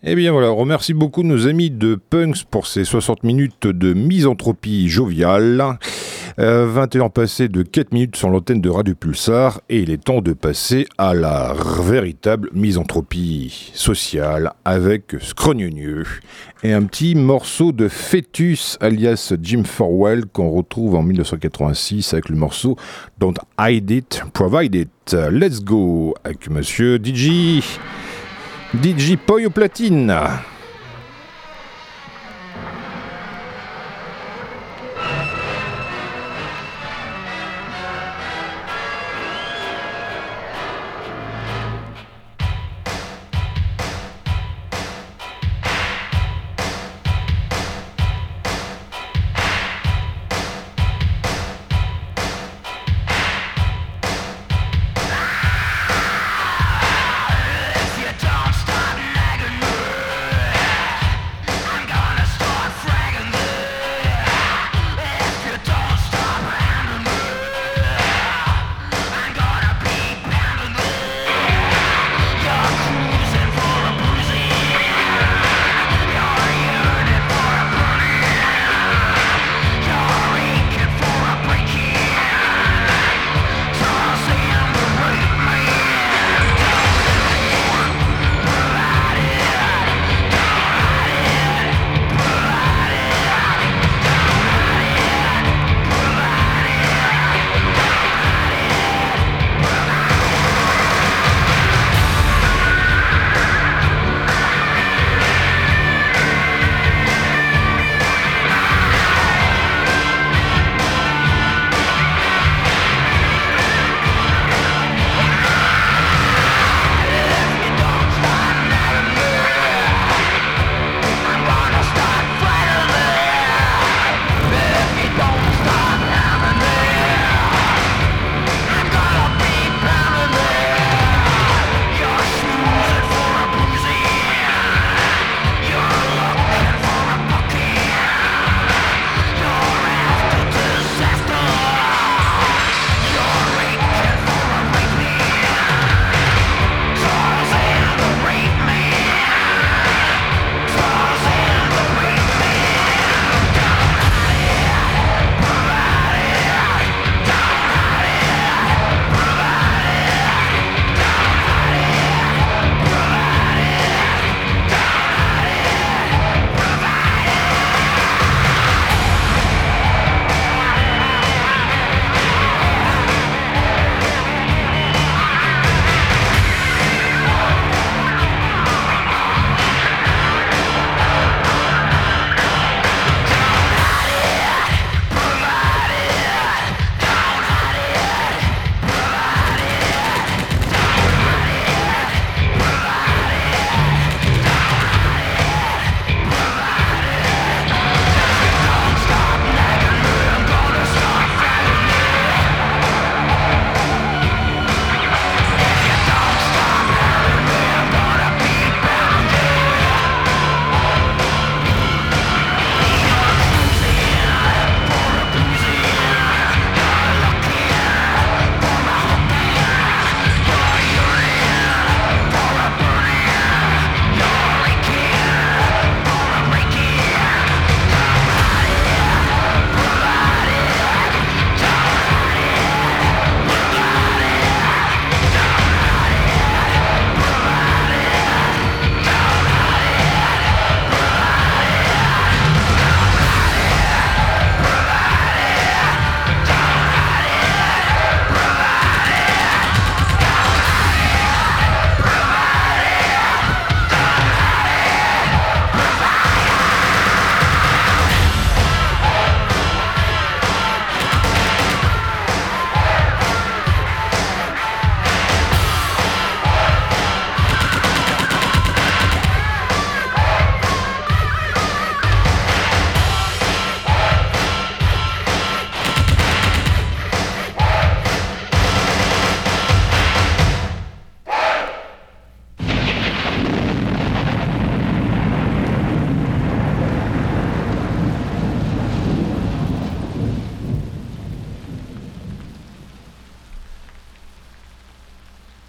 Eh bien voilà, on remercie beaucoup nos amis de Punks pour ces 60 minutes de misanthropie joviale. 21 passés de 4 minutes sur l'antenne de Radio Pulsar et il est temps de passer à la véritable misanthropie sociale avec Scrognonieux et un petit morceau de Fœtus alias Jim Farwell qu'on retrouve en 1986 avec le morceau Don't Hide It, Provide It. Let's go avec monsieur DJ Poy au platine. If you don't stop nagging me,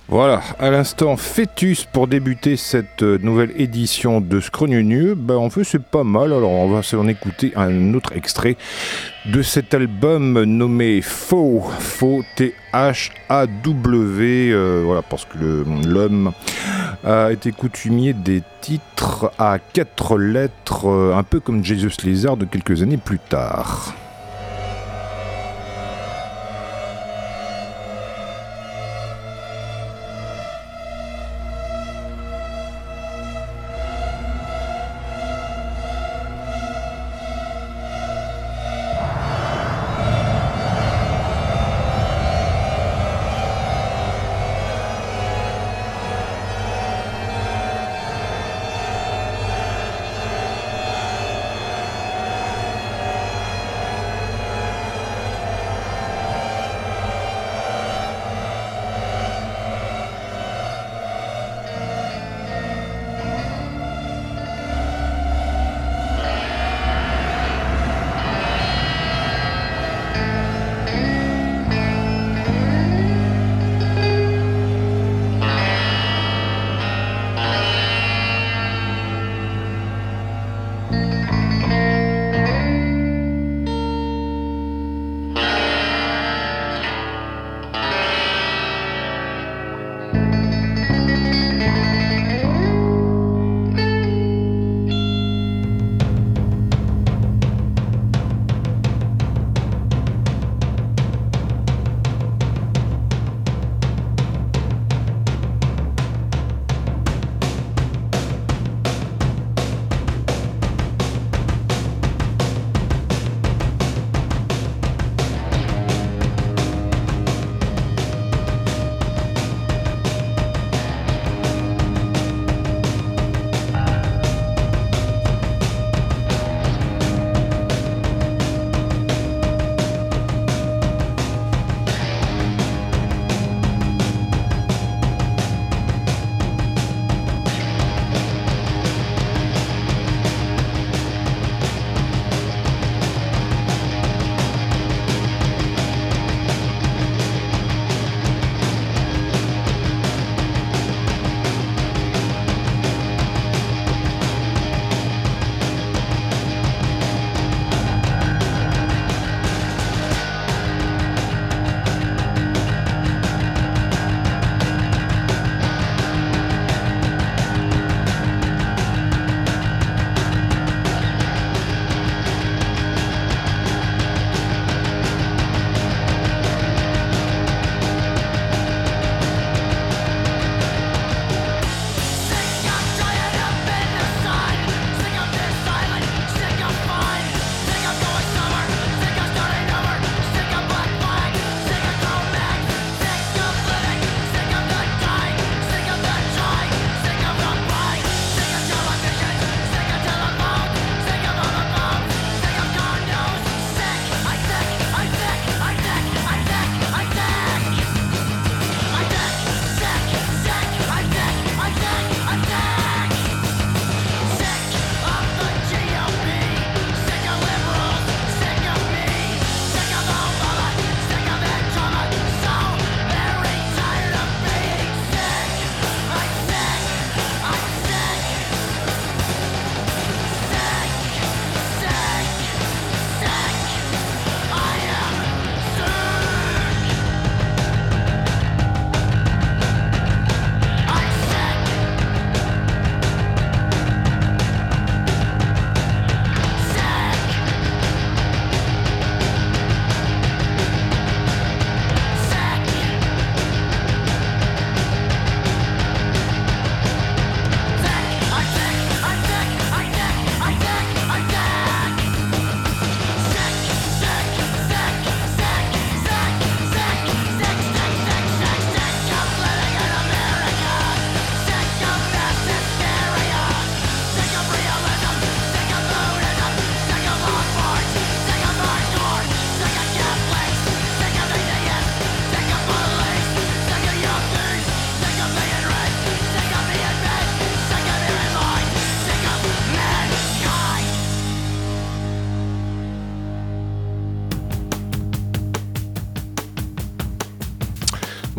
Voilà, à l'instant, Fœtus pour débuter cette nouvelle édition de Scrognonieux. En fait, c'est pas mal. Alors, on va s'en écouter un autre extrait de cet album nommé Faux, T-H-A-W. Voilà, parce que l'homme a été coutumier des titres à 4 lettres, un peu comme Jesus Lizard de quelques années plus tard.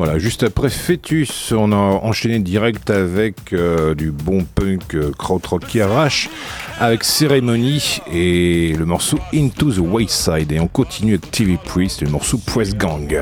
Voilà, juste après Fœtus, on a enchaîné direct avec du bon punk krautrock qui arrache, avec Ceremony et le morceau Into the Wayside. Et on continue avec TV Priest et le morceau Press Gang.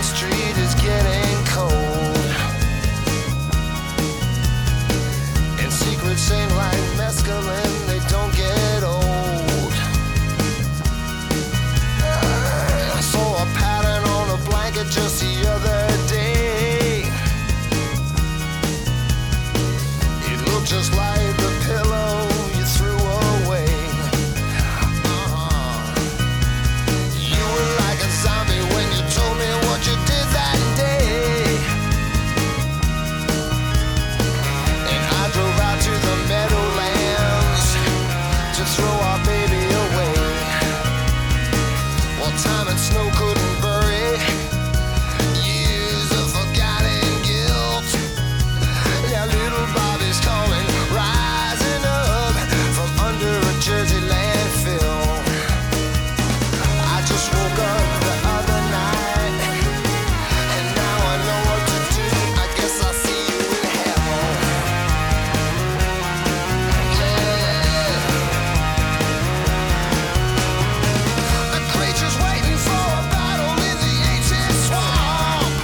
Street is getting cold, and secrets ain't like mescaline, they don't get old. I saw a pattern on a blanket just the other day. It looked just like the pillow you threw away. You were like a zombie when you told me what you did that day. And I drove out to the Meadowlands to throw our baby away. Well, time and snow couldn't bury years of forgotten guilt. Now little Bobby's calling, rising up from under a Jersey landfill. I just woke up the other night, and now I know what to do. I guess I'll see you in hell. Yeah. A creature's waiting for a battle in the ancient swamp.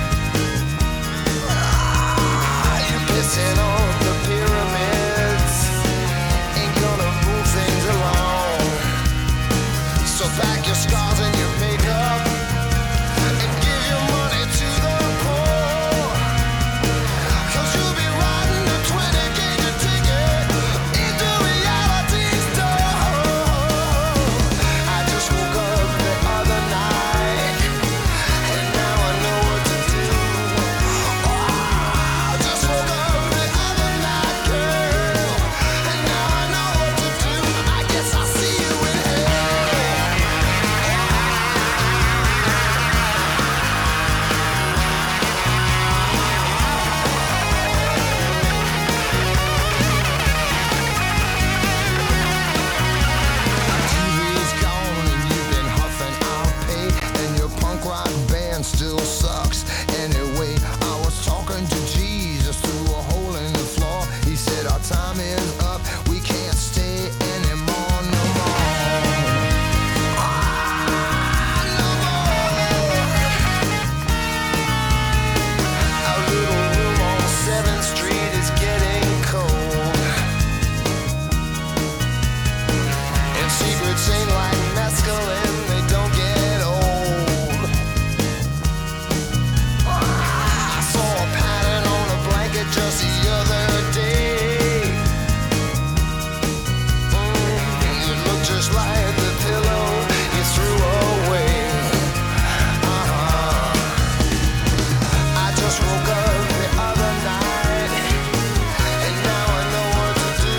You're pissing on the pyramids, ain't gonna move things along. So pack your scars and your makeup and give your money to the poor. 'Cause you'll be riding a 20-gauge ticket into reality's door. I just woke up the other night, and now I know what to do. I just woke up the other night, girl, and now I know what to do. I guess I'll see you in hell. TV's gone and you've been huffing, I'll pay, and your punk rock band still sucks. Anyway, I was talking to Jesus through a hole in the floor. He said our time is up, we can't stay anymore, no more. No more. Our little room on 7th Street is getting cold, and secrets ain't like mescaline, they don't get old. I saw a pattern on a blanket just the other day. It looked just like the pillow you threw away. I just woke up the other night, and now I know what to do.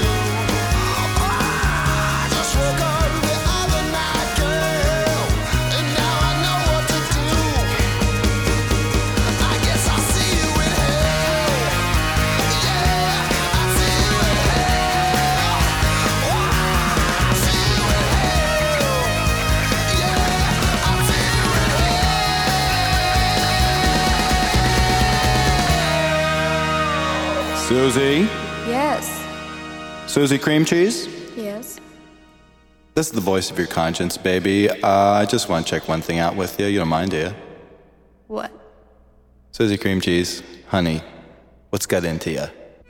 I just woke up the other night, girl, and now I know what to do. I guess I'll see you in hell. Yeah, I'll see you in hell. I'll see you in hell. Yeah, I'll see you in hell. Susie? Yes. Susie Cream Cheese? Yes. This is the voice of your conscience, baby. I just want to check one thing out with you. You don't mind, do you? What? Susie Cream Cheese, honey, what's got into you?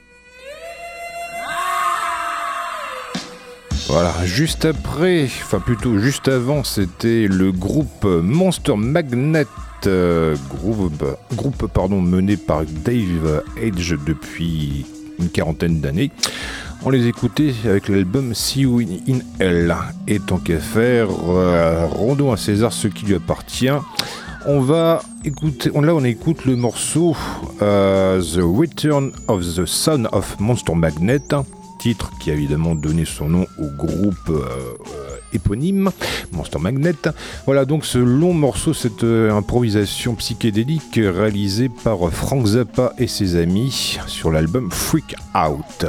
Voilà, juste après, enfin plutôt juste avant, c'était le groupe Monster Magnet, groupe mené par Dave Edge depuis une quarantaine d'années. On les écoutait avec l'album See You in Hell. Et tant qu'à faire, rendons à César ce qui lui appartient. On va écouter, on écoute le morceau The Return of the Son of Monster Magnet, titre qui a évidemment donné son nom au groupe éponyme, Monster Magnet. Voilà donc ce long morceau, cette improvisation psychédélique réalisée par Frank Zappa et ses amis sur l'album Freak Out.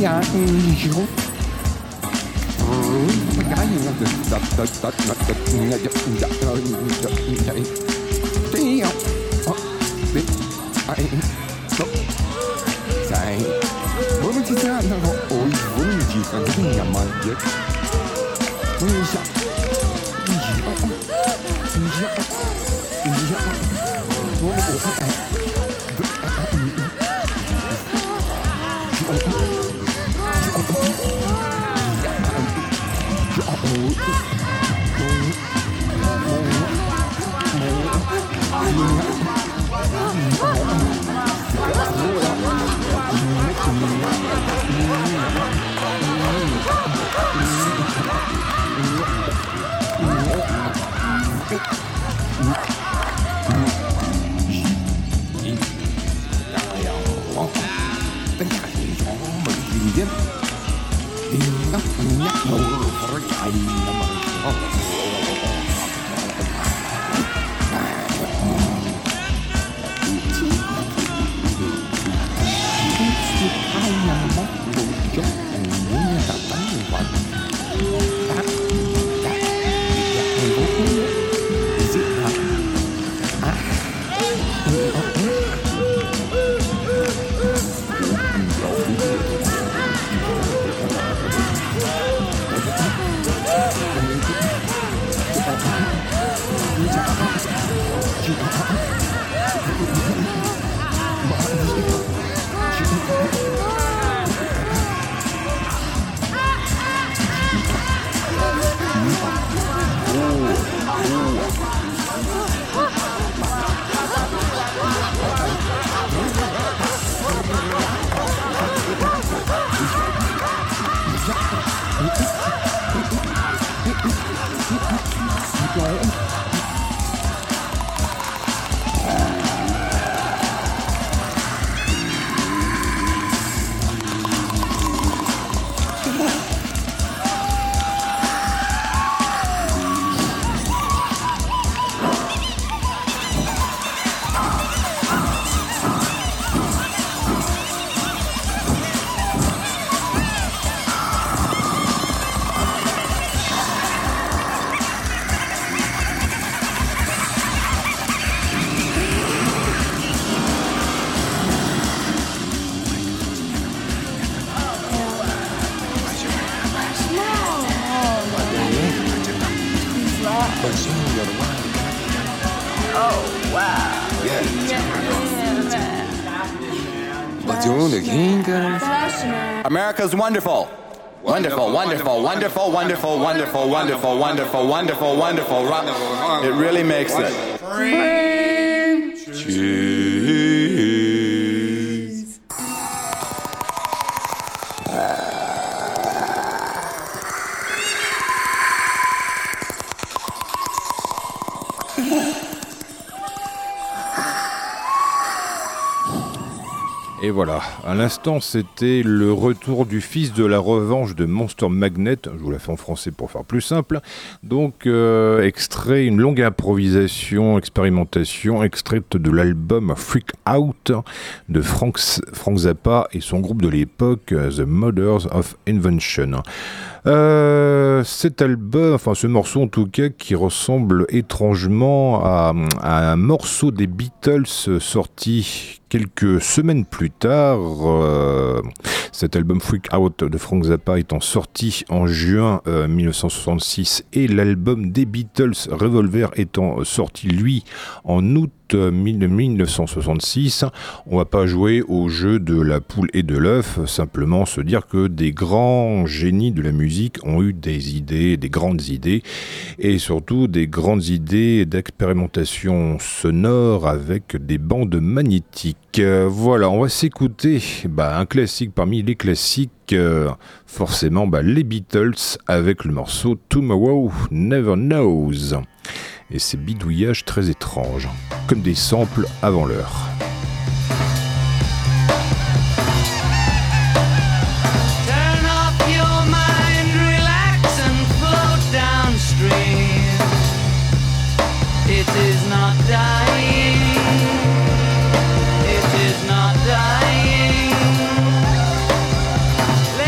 America's wonderful. Wonderful, wonderful, wonderful, wonderful, wonderful, wonderful, wonderful, wonderful, wonderful. It really makes it. Cheese. Et voilà, à l'instant c'était le retour du fils de la revanche de Monster Magnet, je vous la fais en français pour faire plus simple, donc extrait, une longue improvisation, expérimentation, extraite de l'album Freak Out de Frank Zappa et son groupe de l'époque, The Mothers of Invention. Cet album, enfin ce morceau en tout cas, qui ressemble étrangement à un morceau des Beatles sorti quelques semaines plus tard, cet album Freak Out de Frank Zappa étant sorti en juin 1966 et l'album des Beatles Revolver étant sorti lui en août 1966, on va pas jouer au jeu de la poule et de l'œuf, simplement se dire que des grands génies de la musique ont eu des idées, des grandes idées, et surtout des grandes idées d'expérimentation sonore avec des bandes magnétiques. Voilà, on va s'écouter un classique parmi les classiques, forcément les Beatles avec le morceau Tomorrow Never Knows. Et ces bidouillages très étranges, comme des samples avant l'heure. Turn off your mind, relax and float downstream. It is not dying. It is not dying.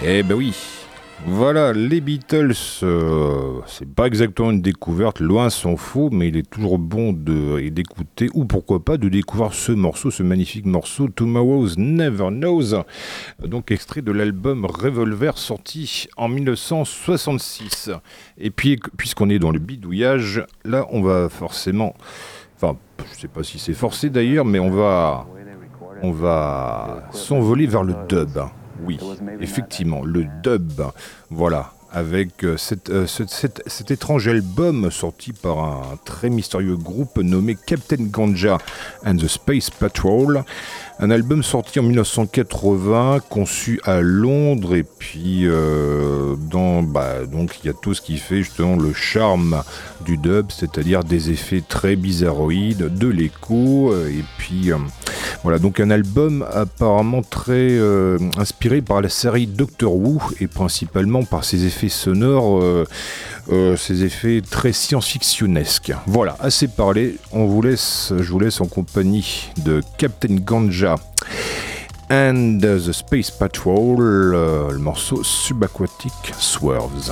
Eh ben oui. Voilà, les Beatles, c'est pas exactement une découverte, loin s'en faut, mais il est toujours bon d'écouter, ou pourquoi pas de découvrir ce morceau, ce magnifique morceau, Tomorrow's Never Knows, donc extrait de l'album Revolver sorti en 1966. Et puis, puisqu'on est dans le bidouillage, là on va forcément, enfin, je sais pas si c'est forcé d'ailleurs, mais on va s'envoler vers le dub. Oui, effectivement, le dub, voilà, avec cet étrange album sorti par un très mystérieux groupe nommé Captain Ganja and the Space Patrol, un album sorti en 1980, conçu à Londres, et puis donc il y a tout ce qui fait justement le charme du dub, c'est-à-dire des effets très bizarroïdes, de l'écho, et puis voilà, donc un album apparemment très inspiré par la série Doctor Who et principalement par ses effets sonores, ces effets très science-fictionnesques. Voilà, assez parlé, je vous laisse en compagnie de Captain Ganja and the Space Patrol, le morceau Subaquatic Swerves.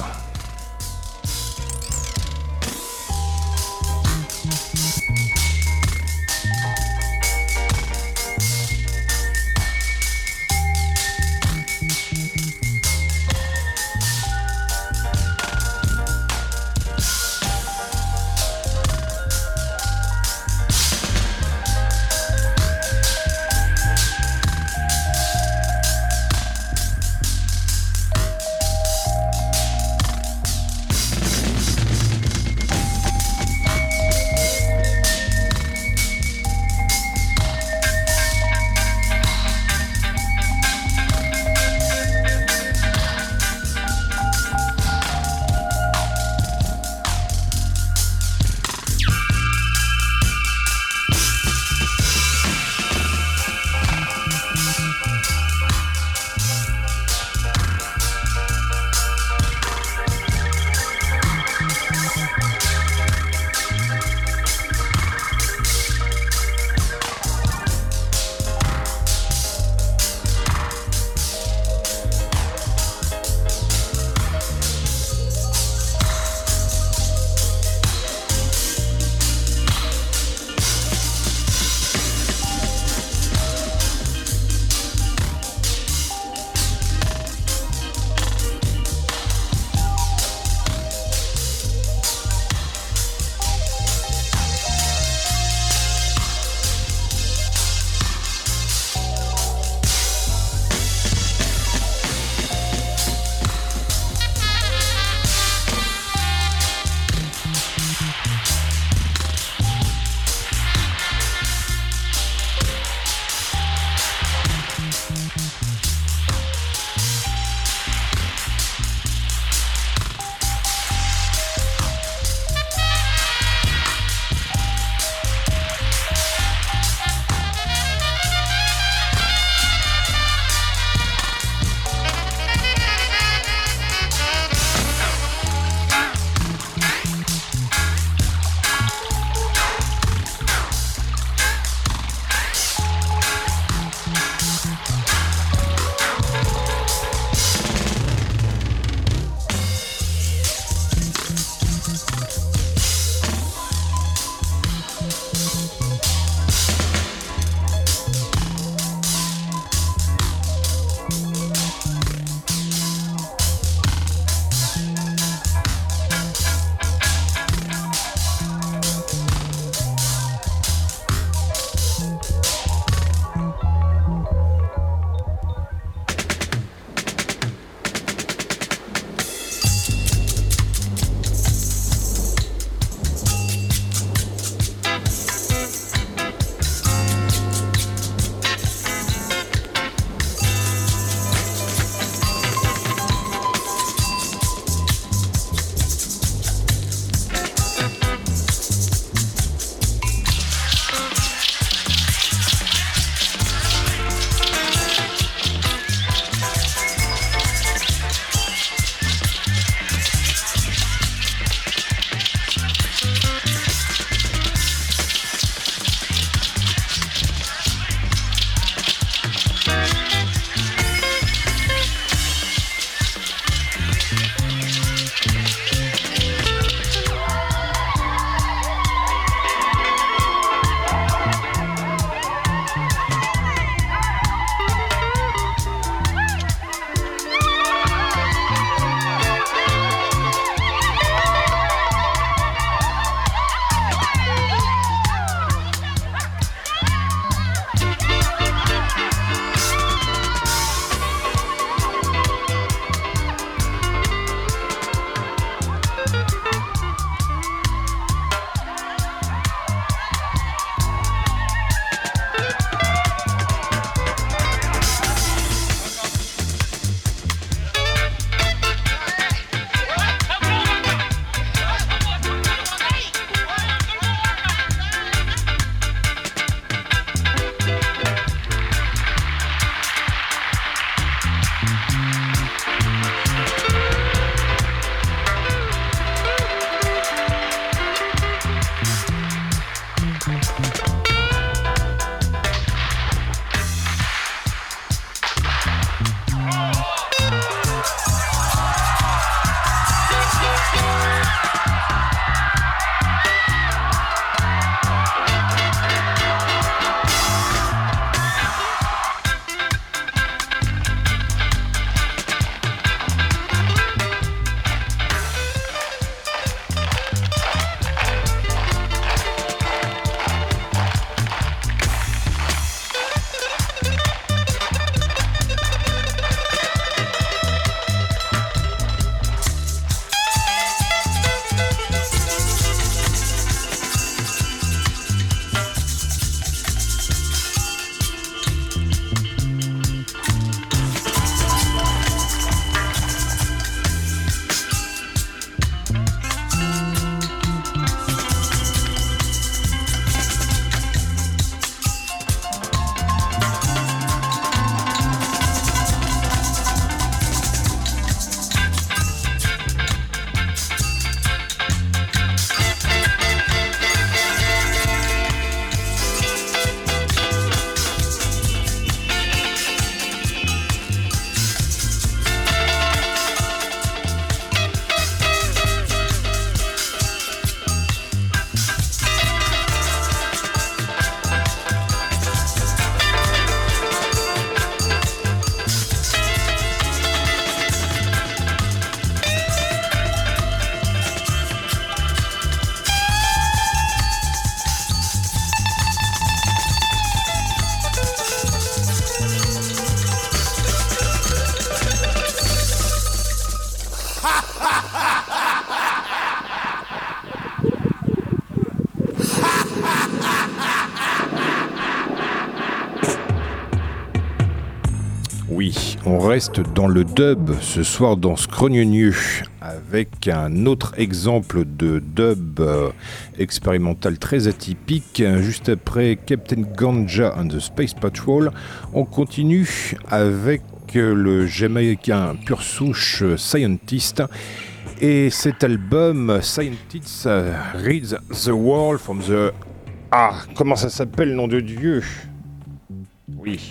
On reste dans le dub ce soir dans Scrogneux avec un autre exemple de dub expérimental très atypique. Juste après Captain Ganja and the Space Patrol, on continue avec le Jamaïcain pure souche Scientist. Et cet album, Scientist Reads the World from the... Ah, comment ça s'appelle, nom de Dieu? Oui.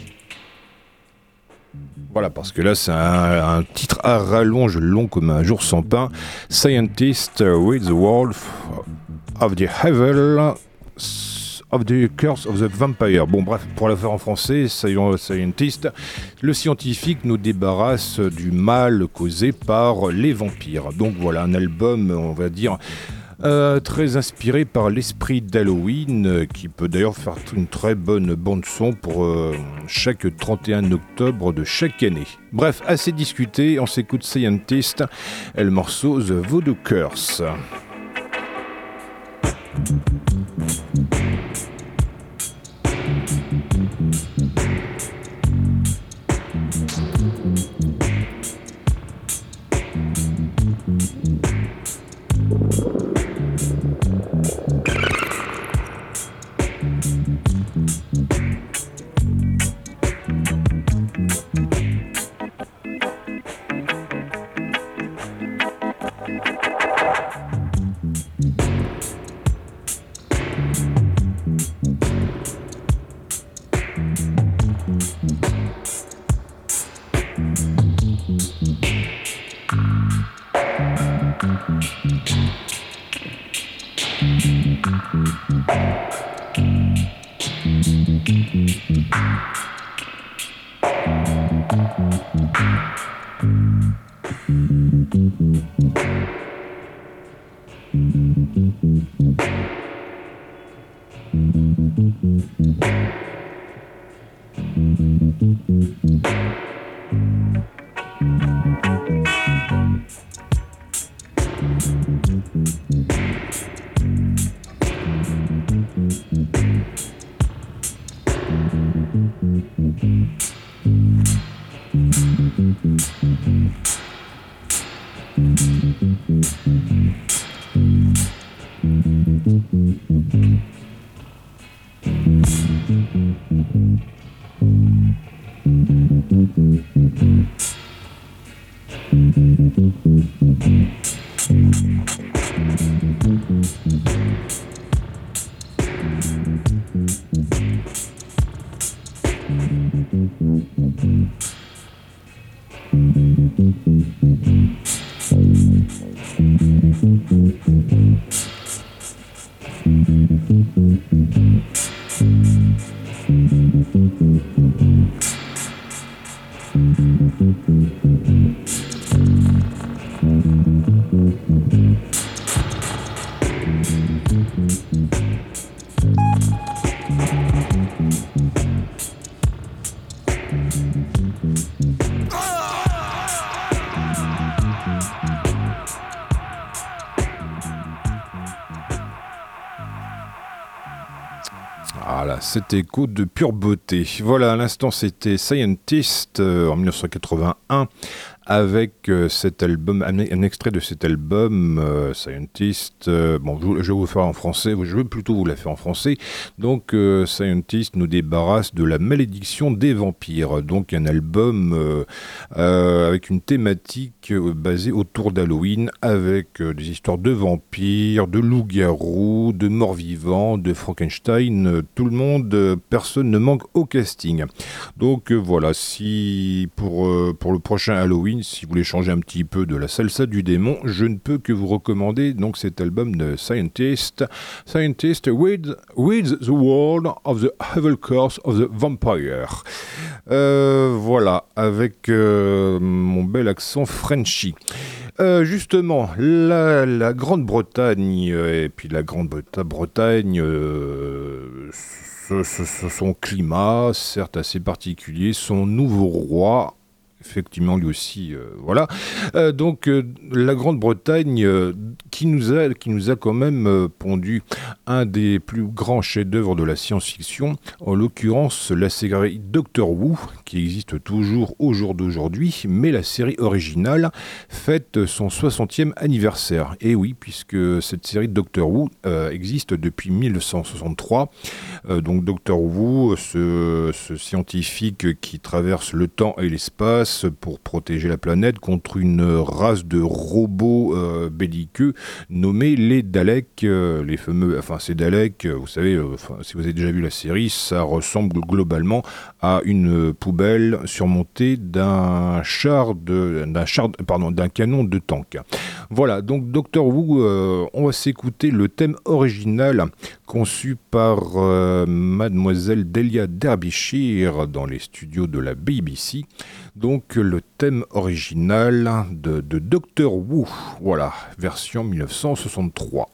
Voilà, parce que là, c'est un titre à rallonge, long comme un jour sans pain. Scientist Reads the World of the Evil of the Curse of the Vampire. Bon, bref, pour la faire en français, Scientist, le scientifique nous débarrasse du mal causé par les vampires. Donc voilà, un album, on va dire, très inspiré par l'esprit d'Halloween, qui peut d'ailleurs faire une très bonne bande-son pour chaque 31 octobre de chaque année. Bref, assez discuté, on s'écoute Scientist et le morceau The Voodoo Curse. Voilà, cet écho de pure beauté. Voilà, à l'instant, c'était Scientist en 1981 avec cet album, un extrait de cet album, Scientist. Bon, je vais vous faire en français, je veux plutôt vous la faire en français. Donc, Scientist nous débarrasse de la malédiction des vampires. Donc, un album avec une thématique basée autour d'Halloween, avec des histoires de vampires, de loups-garous, de morts-vivants, de Frankenstein. Tout le monde, personne ne manque au casting. Donc, voilà, si pour le prochain Halloween, si vous voulez changer un petit peu de la salsa du démon, je ne peux que vous recommander donc cet album de Scientist with the World of the Evil Curse of the Vampire. Voilà, avec mon bel accent Frenchy. Justement, la Grande-Bretagne, et puis la Grande-Bretagne, son climat, certes assez particulier, son nouveau roi, effectivement, lui aussi, voilà. Donc, la Grande-Bretagne, qui nous a quand même pondu un des plus grands chefs-d'œuvre de la science-fiction, en l'occurrence la série Doctor Who, qui existe toujours au jour d'aujourd'hui, mais la série originale fête son 60e anniversaire. Et oui, puisque cette série de Doctor Who existe depuis 1963. Donc Doctor Who, ce scientifique qui traverse le temps et l'espace pour protéger la planète contre une race de robots belliqueux nommés les Daleks, les fameux, enfin ces Daleks, vous savez, si vous avez déjà vu la série, ça ressemble globalement à une poubelle surmontée d'un canon de tank. Voilà, donc Doctor Who, on va s'écouter le thème original conçu par mademoiselle Delia Derbyshire dans les studios de la BBC. Donc le thème original de Doctor Who, voilà, version 1963.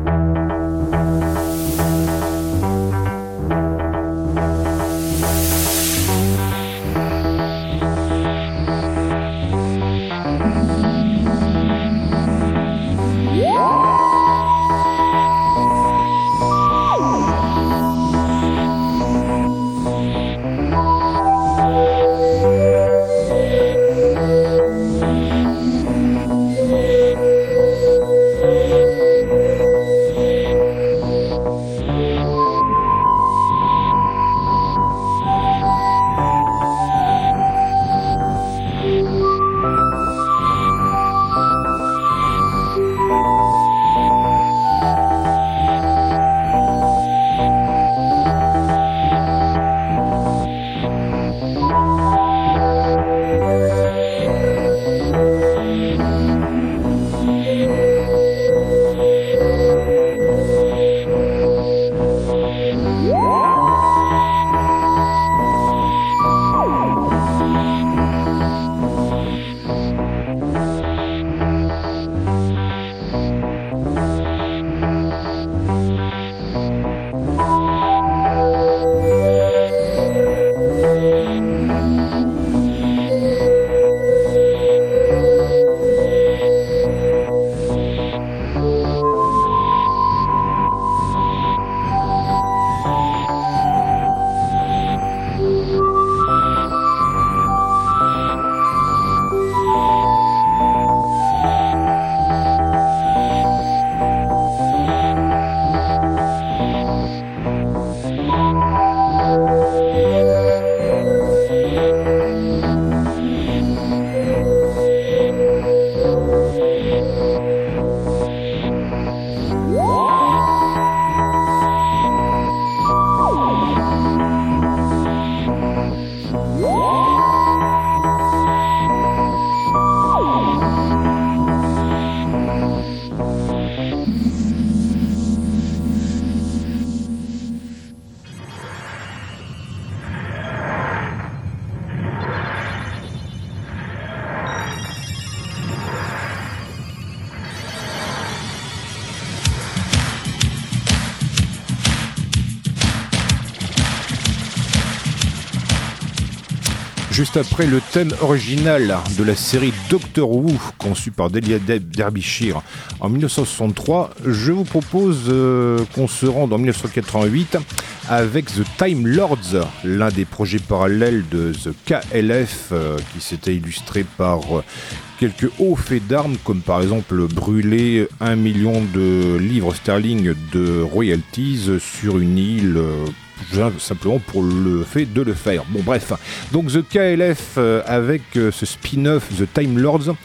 Juste après le thème original de la série Doctor Who, conçu par Delia Derbyshire en 1963, je vous propose qu'on se rende en 1988 avec The Time Lords, l'un des projets parallèles de The KLF qui s'était illustré par quelques hauts faits d'armes, comme par exemple brûler 1 million de livres sterling de royalties sur une île simplement pour le fait de le faire. Bon bref, donc The KLF avec ce spin-off The Time Lords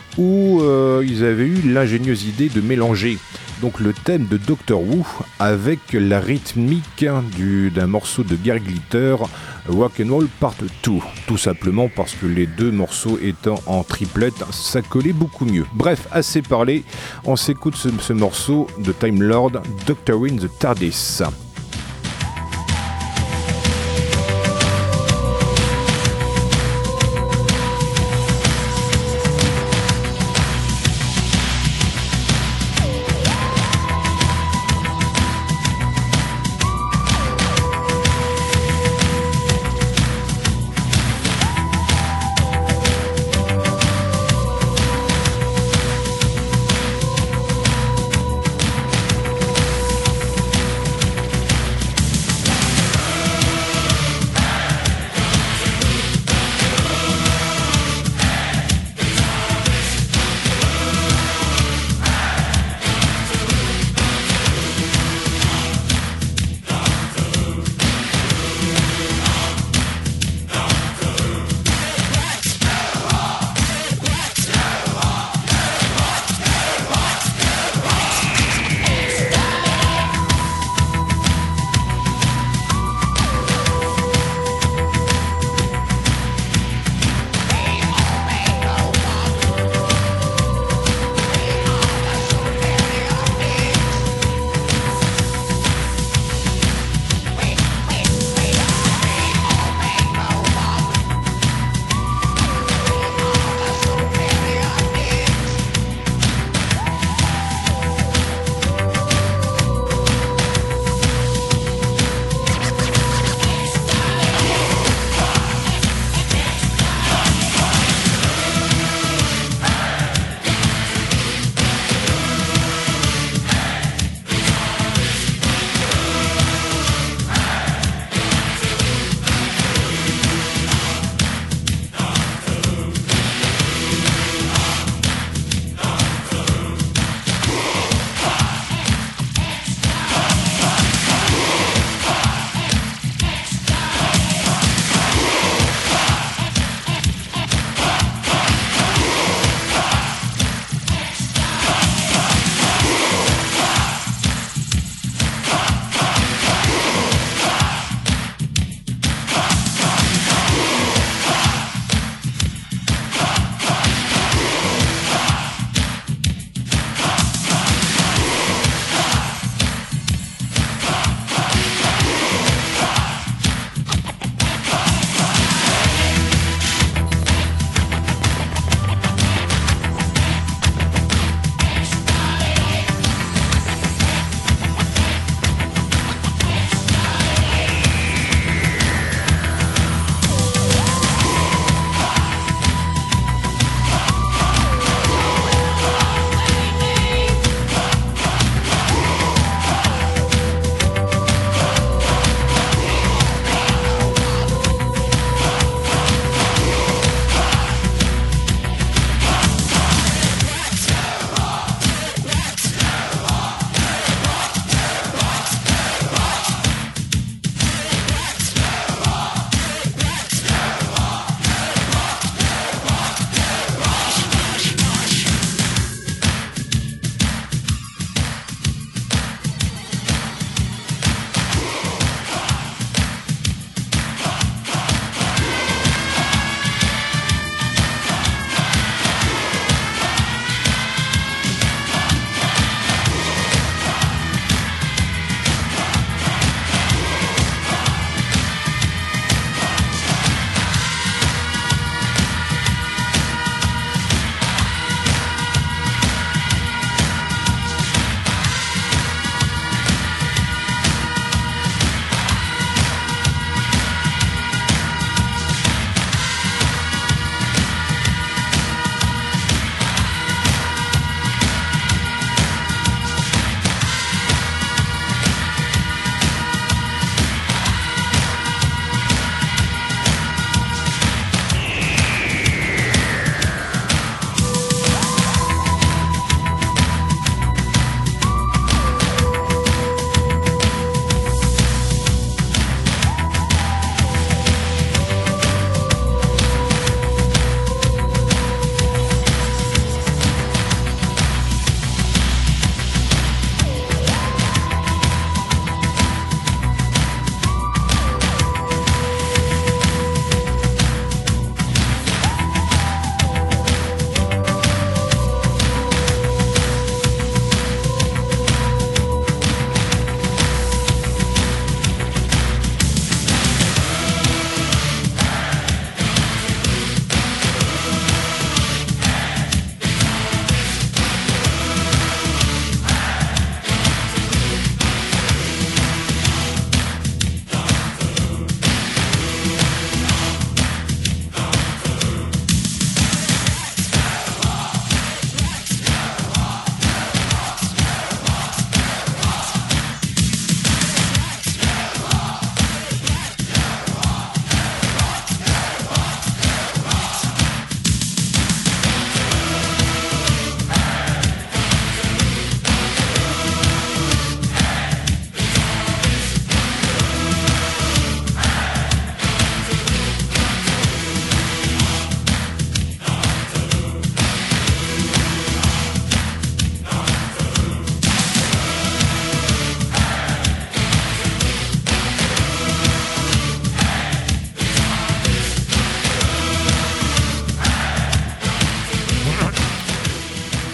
où ils avaient eu l'ingénieuse idée de mélanger donc le thème de Doctor Who avec la rythmique d'un morceau de Gary Glitter, Rock'n'Roll Part 2, tout simplement parce que les deux morceaux étant en triplette, ça collait beaucoup mieux. Bref, assez parlé, on s'écoute ce morceau de Time Lord, Doctor in the TARDIS.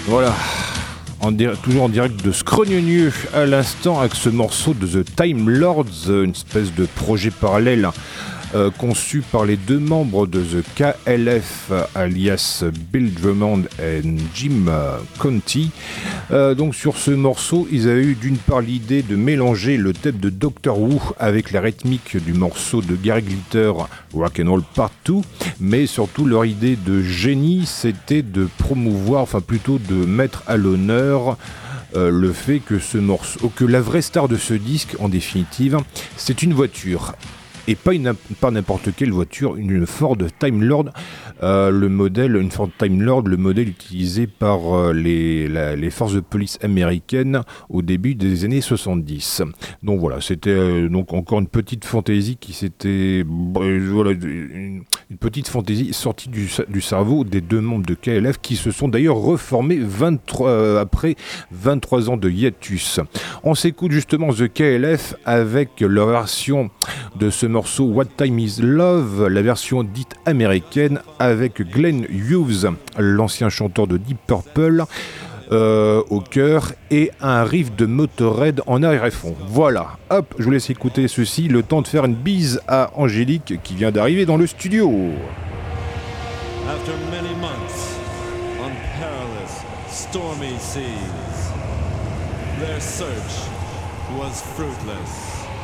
Voilà, toujours en direct de Scrognonieux à l'instant avec ce morceau de The Time Lords, une espèce de projet parallèle conçu par les deux membres de The KLF, alias Bill Drummond et Jim Conti. Donc sur ce morceau, ils avaient eu d'une part l'idée de mélanger le thème de Doctor Who avec la rythmique du morceau de Gary Glitter, Rock'n'Roll Part 2, mais surtout leur idée de génie, c'était de promouvoir, enfin plutôt de mettre à l'honneur le fait que ce morceau, que la vraie star de ce disque, en définitive, c'est une voiture. Et pas n'importe quelle voiture, une Ford Time Lord, une Ford Time Lord, le modèle utilisé par les forces de police américaines au début des années 70. Donc voilà, c'était donc encore une petite fantaisie qui s'était, voilà, une petite fantaisie sortie du cerveau des deux membres de KLF qui se sont d'ailleurs reformés après 23 ans de hiatus. On s'écoute justement The KLF avec leur version de ce morceau What Time Is Love, la version dite américaine avec Glenn Hughes, l'ancien chanteur de Deep Purple, au chœur, et un riff de Motorhead en arrière-fond. Voilà, hop, je vous laisse écouter ceci, le temps de faire une bise à Angélique qui vient d'arriver dans le studio. After many months on perilous, stormy seas, their search was fruitless.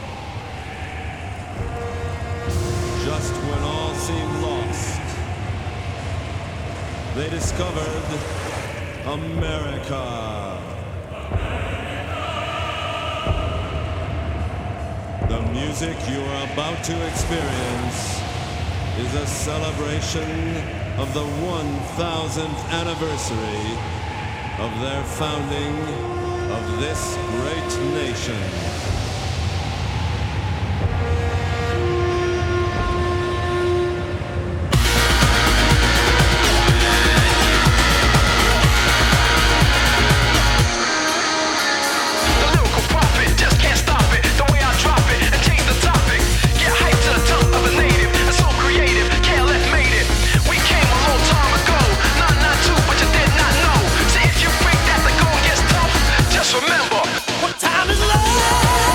Just when all seemed lost, they discovered America. The music you are about to experience is a celebration of the 1000th anniversary of their founding of this great nation. Remember, what time is love?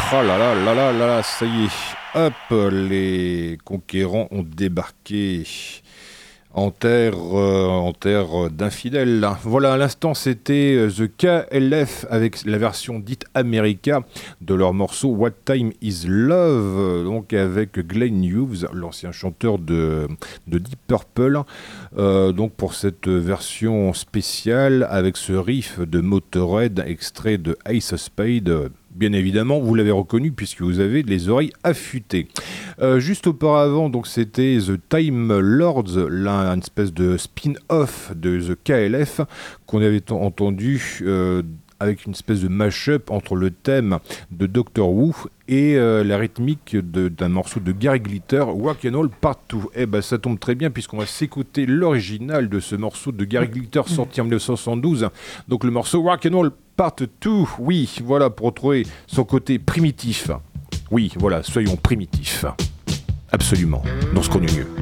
Ah là là là là là là, ça y est. Hop, les conquérants ont débarqué en terre d'infidèles. Voilà, à l'instant, c'était The KLF avec la version dite America de leur morceau What Time Is Love, donc avec Glenn Hughes, l'ancien chanteur de Deep Purple, donc pour cette version spéciale avec ce riff de Motorhead extrait de Ace of Spades. Bien évidemment, vous l'avez reconnu puisque vous avez les oreilles affûtées. Juste auparavant, donc c'était The Time Lords, là, une espèce de spin-off de The KLF qu'on avait entendu avec une espèce de mash-up entre le thème de Doctor Who et la rythmique d'un morceau de Gary Glitter, Rock and Roll Part 2. Eh ben, ça tombe très bien puisqu'on va s'écouter l'original de ce morceau de Gary Glitter sorti en 1972. Donc le morceau Rock and Roll Part 2, oui, voilà, pour retrouver son côté primitif. Oui, voilà, soyons primitifs. Absolument, dans ce qu'on est mieux.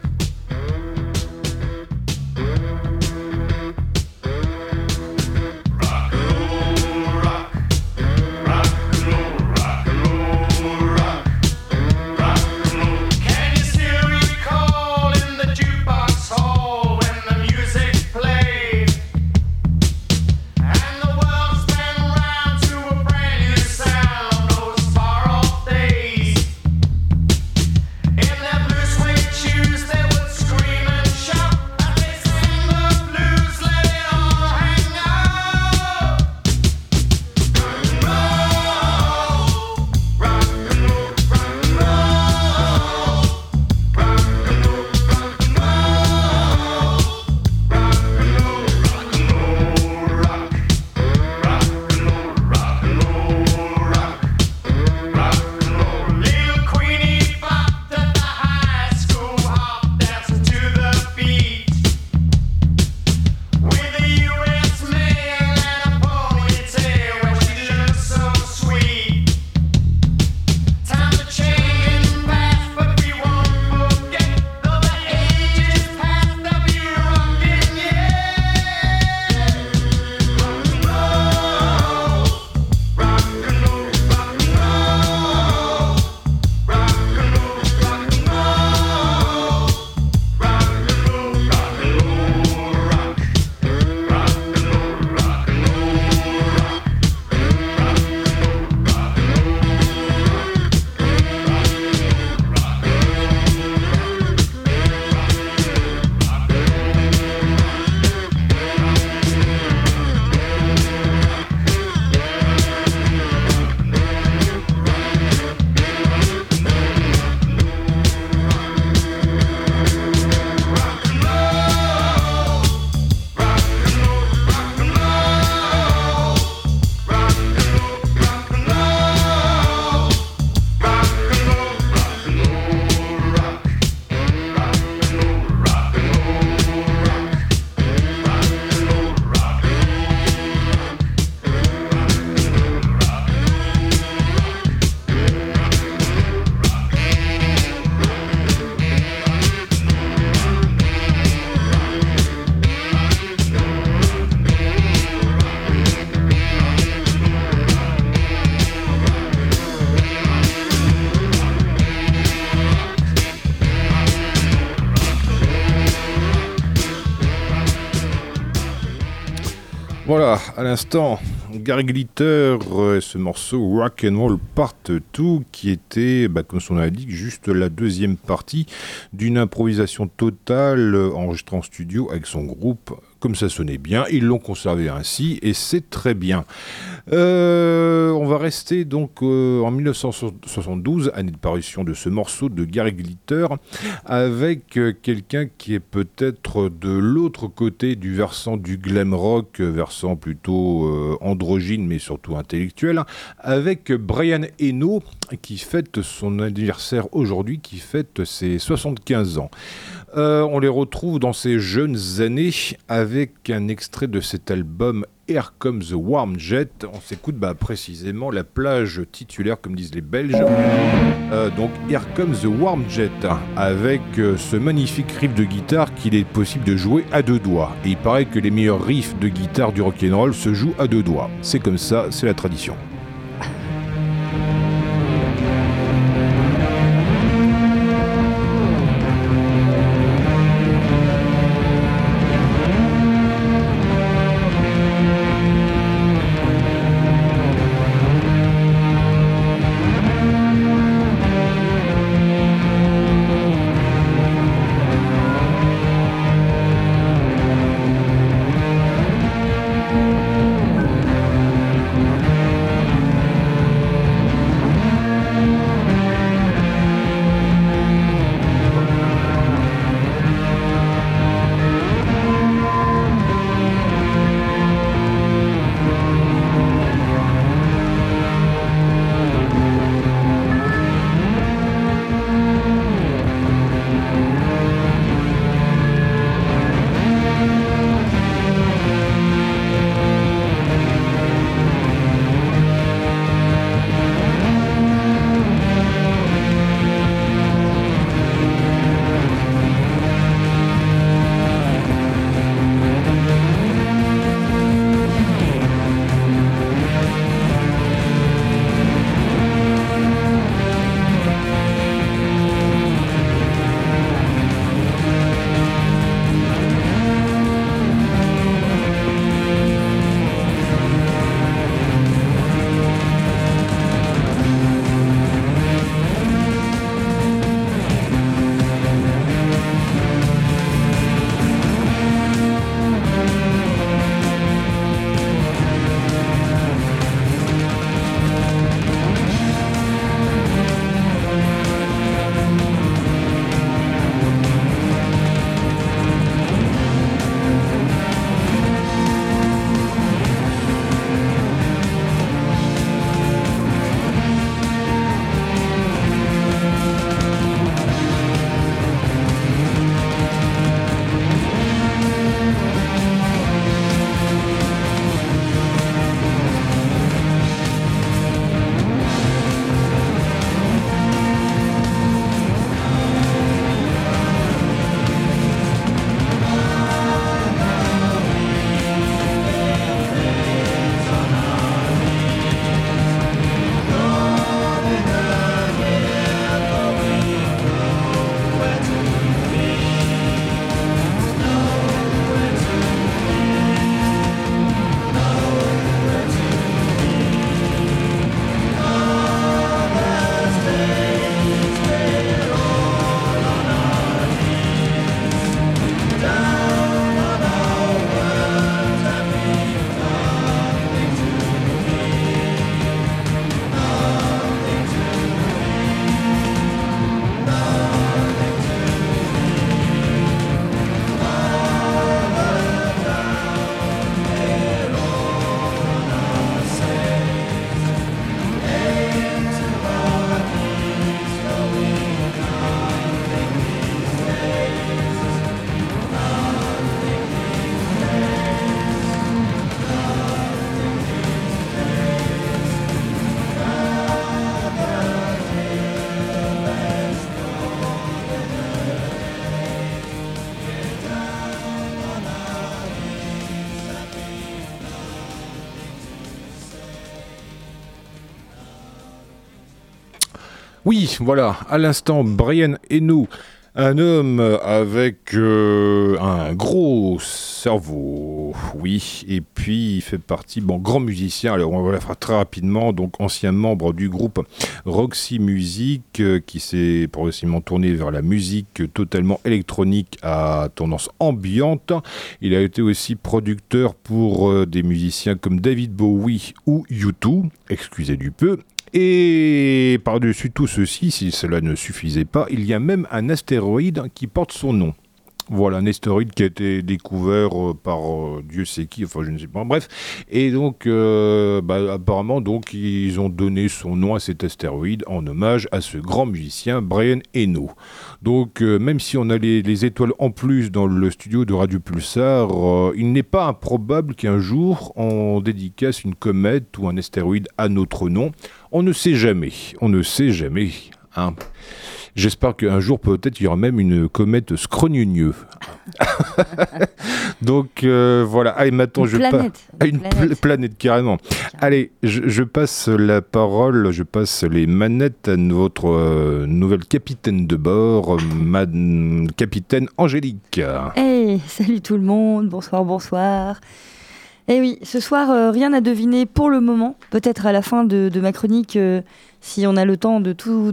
Voilà, à l'instant, Gary Glitter, ce morceau Rock and Roll Part 2 qui était, comme son nom l'indique, juste la deuxième partie d'une improvisation totale enregistrée en studio avec son groupe. Comme ça sonnait bien, ils l'ont conservé ainsi et c'est très bien. On va rester donc en 1972, année de parution de ce morceau de Gary Glitter, avec quelqu'un qui est peut-être de l'autre côté du versant du glam rock, versant plutôt androgyne mais surtout intellectuel, avec Brian Eno qui fête son anniversaire aujourd'hui, qui fête ses 75 ans. On les retrouve dans ces jeunes années avec un extrait de cet album Here Comes the Warm Jet. On s'écoute précisément la plage titulaire, comme disent les Belges. Donc Here Comes the Warm Jet, avec ce magnifique riff de guitare qu'il est possible de jouer à deux doigts. Et il paraît que les meilleurs riffs de guitare du rock'n'roll se jouent à deux doigts. C'est comme ça, c'est la tradition. Oui, voilà, à l'instant, Brian Eno, un homme avec un gros cerveau, oui, et puis il fait partie, grand musicien, alors on va la faire très rapidement, donc ancien membre du groupe Roxy Music, qui s'est progressivement tourné vers la musique totalement électronique à tendance ambiante. Il a été aussi producteur pour des musiciens comme David Bowie ou U2, excusez du peu. Et par-dessus tout ceci, si cela ne suffisait pas, il y a même un astéroïde qui porte son nom. Voilà, un astéroïde qui a été découvert par Dieu sait qui, enfin je ne sais pas, bref. Et donc, apparemment, donc, ils ont donné son nom à cet astéroïde en hommage à ce grand musicien Brian Eno. Donc, même si on a les étoiles en plus dans le studio de Radio Pulsar, il n'est pas improbable qu'un jour, on dédicace une comète ou un astéroïde à notre nom. On ne sait jamais, hein. J'espère qu'un jour, peut-être, il y aura même une comète scrogneux. Donc, voilà. Allez, maintenant, une planète, carrément. Allez, je passe la parole, je passe les manettes à notre nouvelle capitaine de bord, capitaine Angélique. Hey, salut tout le monde, bonsoir. Eh oui, ce soir, rien à deviner pour le moment. Peut-être à la fin de ma chronique, si on a le temps de tout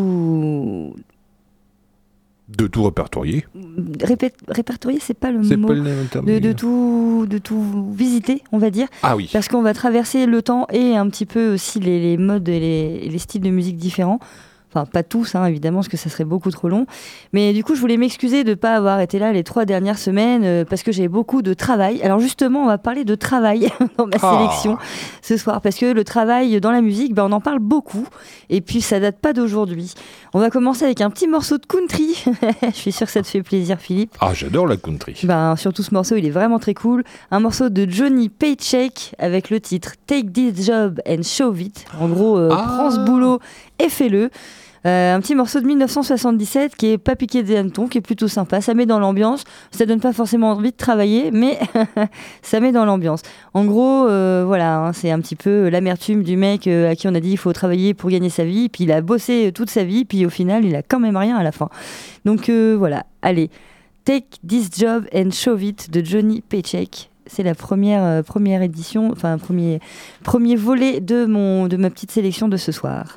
répertorier. Répertorier, c'est pas le mot. Pas le terme. De tout visiter, on va dire. Ah oui. Parce qu'on va traverser le temps et un petit peu aussi les modes et les styles de musique différents. Enfin, pas tous, hein, évidemment, parce que ça serait beaucoup trop long. Mais du coup, je voulais m'excuser de ne pas avoir été là les 3 dernières semaines parce que j'ai beaucoup de travail. Alors justement, on va parler de travail dans ma sélection ce soir. Parce que le travail dans la musique, on en parle beaucoup. Et puis, ça date pas d'aujourd'hui. On va commencer avec un petit morceau de country. Je suis sûre que ça te fait plaisir, Philippe. Ah, j'adore la country. Surtout ce morceau, il est vraiment très cool. Un morceau de Johnny Paycheck avec le titre Take This Job and Show It. En gros, prends ce boulot et fais-le. Un petit morceau de 1977 qui est pas piqué des hannetons, qui est plutôt sympa. Ça met dans l'ambiance. Ça donne pas forcément envie de travailler, mais ça met dans l'ambiance. En gros, voilà, c'est un petit peu l'amertume du mec à qui on a dit il faut travailler pour gagner sa vie. Puis il a bossé toute sa vie, puis au final, il a quand même rien à la fin. Donc voilà, allez. Take This Job and Show It de Johnny Paycheck. C'est la première édition, enfin premier volet de ma petite sélection de ce soir.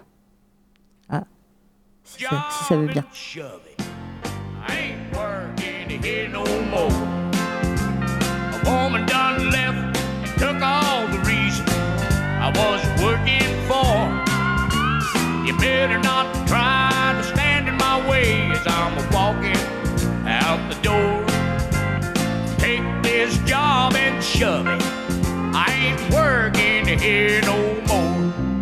Si ça veut bien. I ain't working here no more. A woman done left and took all the reason I was working for. You better not try to stand in my way as I'm walking out the door. Take this job and shove it. I ain't working here no more.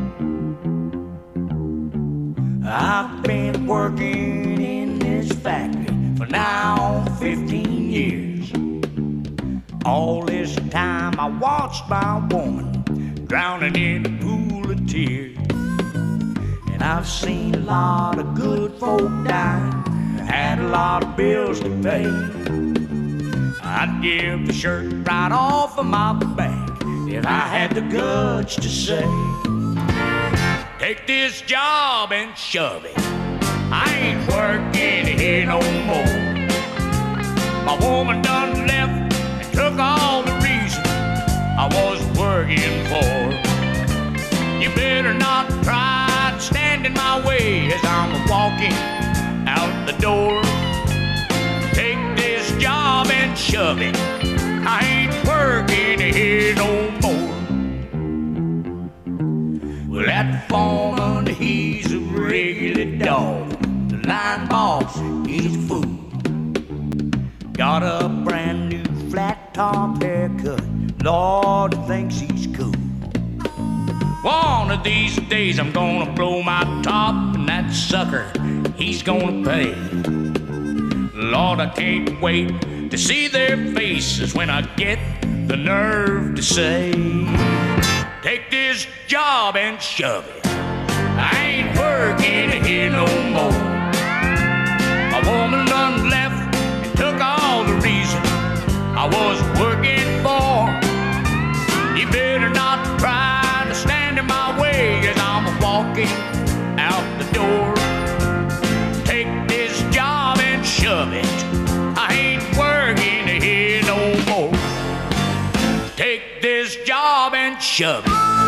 I've been working in this factory for now 15 years. All this time I watched my woman drowning in a pool of tears. And I've seen a lot of good folk die, had a lot of bills to pay. I'd give the shirt right off of my back if I had the guts to say, take this job and shove it. I ain't working here no more. My woman done left and took all the reason I was working for. You better not try to stand in my way as I'm walking out the door. Take this job and shove it. I ain't working here no more. Well, that foreman, he's a regular dog. The line boss, he's a fool. Got a brand new flat top haircut. Lord thinks he's cool. One of these days I'm gonna blow my top, and that sucker, he's gonna pay. Lord, I can't wait to see their faces when I get the nerve to say, take this job and shove it. I ain't working here no more. My woman done left and took all the reason I was working for. You better not try to stand in my way as I'm walking out the door. shove.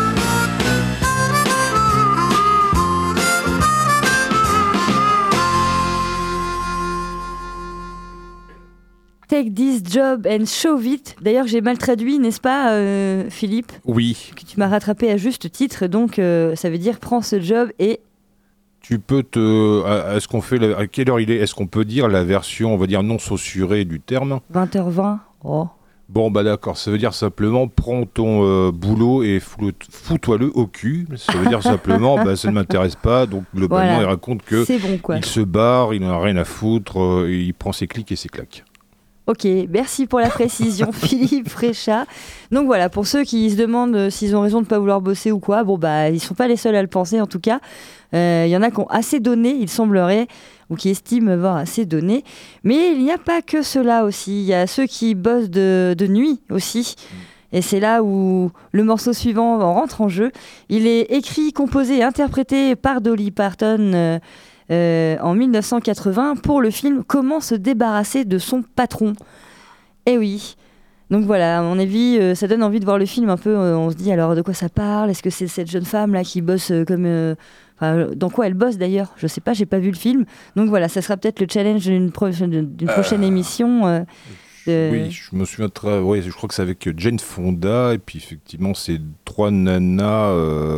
Take this job and show it. D'ailleurs, j'ai mal traduit, n'est-ce pas, Philippe ? Oui. Que tu m'as rattrapé à juste titre, donc ça veut dire prends ce job et... Tu peux est-ce qu'on fait à quelle heure il est ? Est-ce qu'on peut dire la version, on va dire, non censurée du terme ? 20h20. Oh. Bon, bah d'accord, ça veut dire simplement prends ton boulot et fous-toi-le au cul. Ça veut dire simplement, ça ne m'intéresse pas. Donc globalement, Voilà. il raconte que C'est bon, quoi. il se barre, il n'en a rien à foutre, il prend ses clics et ses claques. Ok, merci pour la précision, Philippe Fréchat. Donc voilà, pour ceux qui se demandent s'ils ont raison de ne pas vouloir bosser ou quoi, ils ne sont pas les seuls à le penser en tout cas. Il y en a qui ont assez donné, il semblerait, ou qui estiment avoir assez donné. Mais il n'y a pas que cela aussi, il y a ceux qui bossent de nuit aussi. Et c'est là où le morceau suivant rentre en jeu. Il est écrit, composé et interprété par Dolly Parton en 1980 pour le film « Comment se débarrasser de son patron ». Eh oui. Donc voilà, à mon avis, ça donne envie de voir le film un peu. On se dit alors de quoi ça parle ? Est-ce que c'est cette jeune femme là qui bosse dans quoi elle bosse d'ailleurs ? Je sais pas, j'ai pas vu le film. Donc voilà, ça sera peut-être le challenge d'une prochaine émission. Oui, je me souviens je crois que c'est avec Jane Fonda et puis effectivement c'est 3 nanas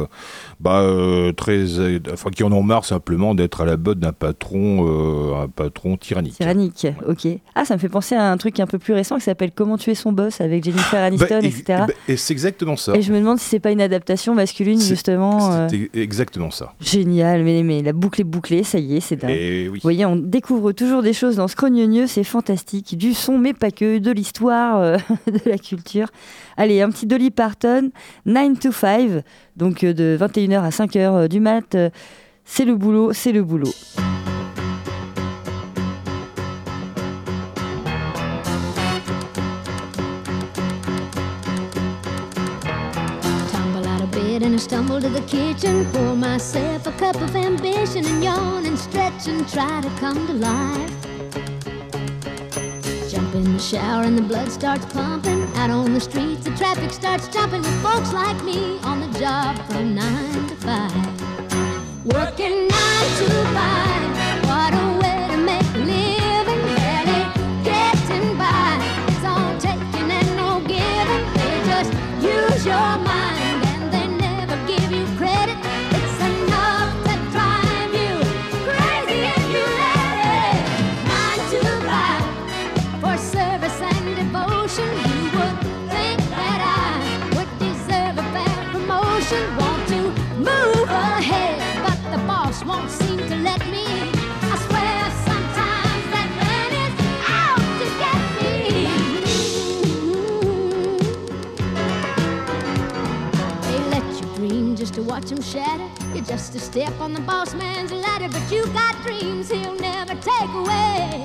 qui en ont marre simplement d'être à la botte d'un patron tyrannique. Tyrannique, ok. Ah, ça me fait penser à un truc un peu plus récent qui s'appelle Comment tuer son boss avec Jennifer Aniston, etc. Et c'est exactement ça. Et je me demande si c'est pas une adaptation masculine justement. C'est exactement ça. Génial, mais la boucle est bouclée, ça y est, c'est dingue. Et oui. Vous voyez, on découvre toujours des choses dans Scrognonieux, c'est fantastique. Du son, mais pas que, de l'histoire, de la culture. Allez, un petit Dolly Parton, 9 to 5, donc de 21h à 5h du mat. C'est le boulot, c'est le boulot. And I stumble to the kitchen, pour myself a cup of ambition, and yawn and stretch and try to come to life. Jump in the shower and the blood starts pumping. Out on the streets the traffic starts jumping with folks like me on the job from 9 to 5. Working 9 to 5, what a way to make a living. Barely getting by, it's all taking and no giving. They just use your mind. Won't seem to let me. I swear sometimes that man is out to get me. They let you dream just to watch him shatter. You're just a step on the boss man's ladder, but you got dreams he'll never take away.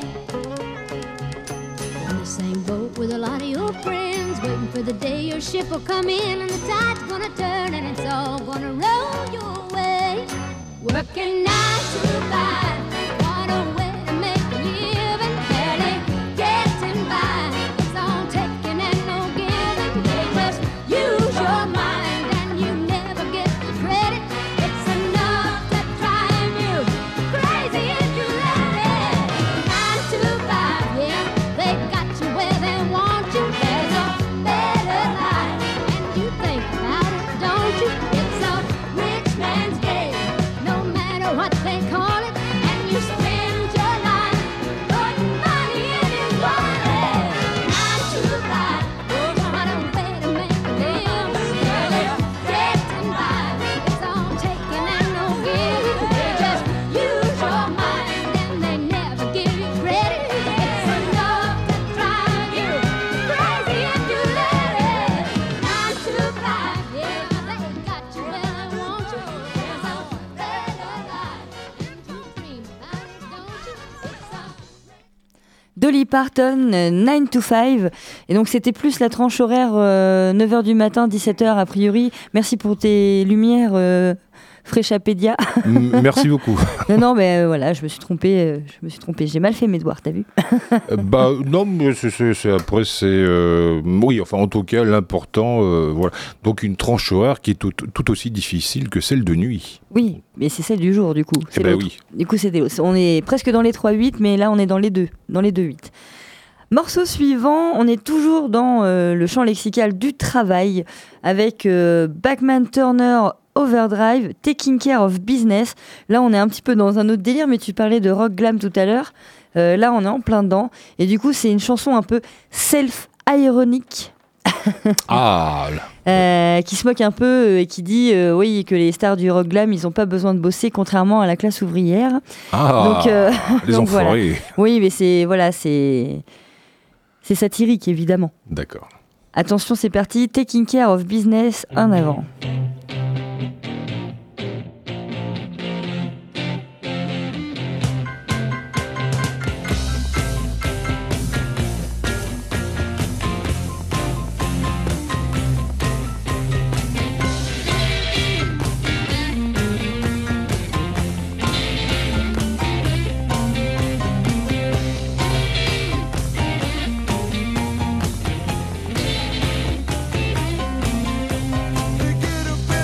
In the same boat with a lot of your friends, waiting for the day your ship will come in and the tide's gonna turn and it's all gonna roll your way. Working 9 to 5, what a way to make a living. Barely getting by, it's all taking and no giving. They just use your mind and you never get the credit. It's enough to drive you crazy if you let it. 9 to 5, yeah, they got you where they want you. There's a better life, and you think about it, don't you? It's a rich man's game. What they call it, and you spend your life putting money in his wallet. 9 to 5, what a way to make a living. Getting by, it's all taking and no giving. They just use your mind and they never give you credit. It's enough to drive you crazy if you let it. 9 to 5, yeah, they got you where they want you. There's a Dolly Parton, 9 to 5. Et donc c'était plus la tranche horaire 9h du matin, 17h a priori. Merci pour tes lumières, Freshapédia. Merci beaucoup. Non, mais voilà, je me suis trompée. J'ai mal fait mes devoirs, t'as vu? Non, mais après, oui, enfin, en tout cas, l'important, voilà. Donc, une tranche horaire qui est tout aussi difficile que celle de nuit. Oui, mais c'est celle du jour, du coup. Eh ben oui. Du coup, on est presque dans les 3-8, mais là, on est dans les 2-8. Morceau suivant, on est toujours dans le champ lexical du travail avec Bachman Turner Overdrive, Taking Care of Business. Là, on est un petit peu dans un autre délire, mais tu parlais de rock glam tout à l'heure. Là, on est en plein dedans. Et du coup, c'est une chanson un peu self-ironique. Qui se moque un peu et qui dit oui, que les stars du rock glam, ils n'ont pas besoin de bosser, contrairement à la classe ouvrière. Les donc enfoirés. Voilà. Oui, mais c'est satirique, évidemment. D'accord. Attention, c'est parti. Taking Care of Business en avant. They get up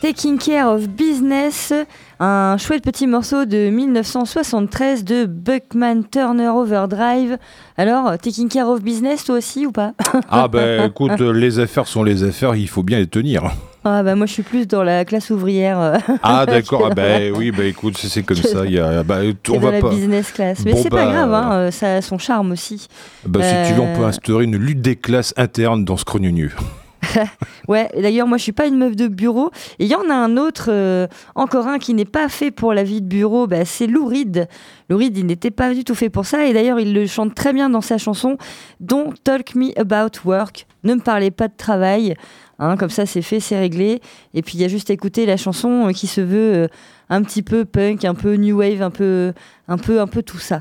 Taking Care of Business, un chouette petit morceau de 1973 de Buckman Turner Overdrive. Alors, Taking Care of Business, toi aussi ou pas? Ah ben écoute, les affaires sont les affaires, il faut bien les tenir. Ah bah moi je suis plus dans la classe ouvrière. Ah d'accord, ah ben oui, bah écoute, c'est comme ça. Il y a, bah, on dans va la pas. business class. Mais Bon, c'est pas grave, hein, ça a son charme aussi. Bah, si tu veux, on peut instaurer une lutte des classes internes dans ce Scrognonu. Ouais, d'ailleurs moi je suis pas une meuf de bureau. Et il y en a un autre, encore un qui n'est pas fait pour la vie de bureau, bah, c'est Lou Reed. Lou Reed, il n'était pas du tout fait pour ça. Et d'ailleurs il le chante très bien dans sa chanson Don't Talk Me About Work. Ne me parlez pas de travail. Hein, comme ça c'est fait, c'est réglé. Et puis il y a juste à écouter la chanson qui se veut un petit peu punk, un peu new wave, un peu tout ça.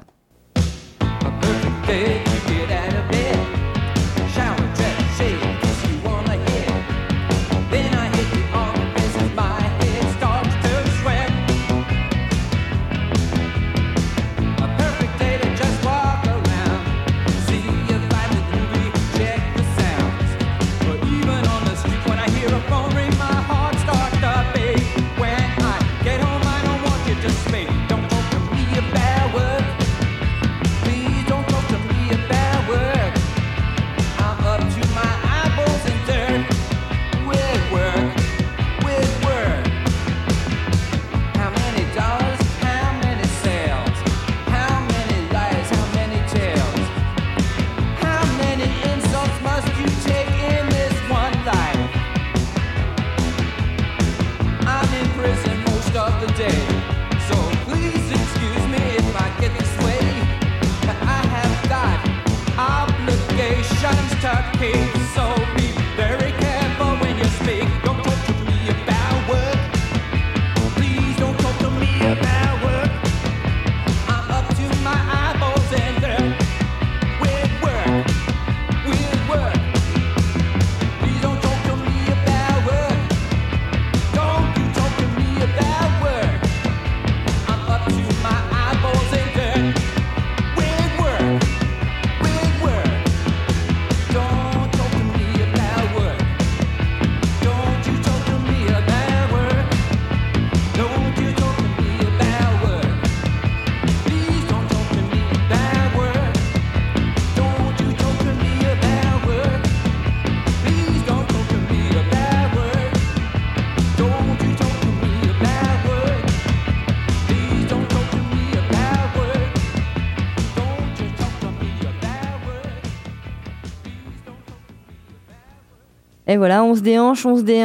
Et voilà, on se déhanche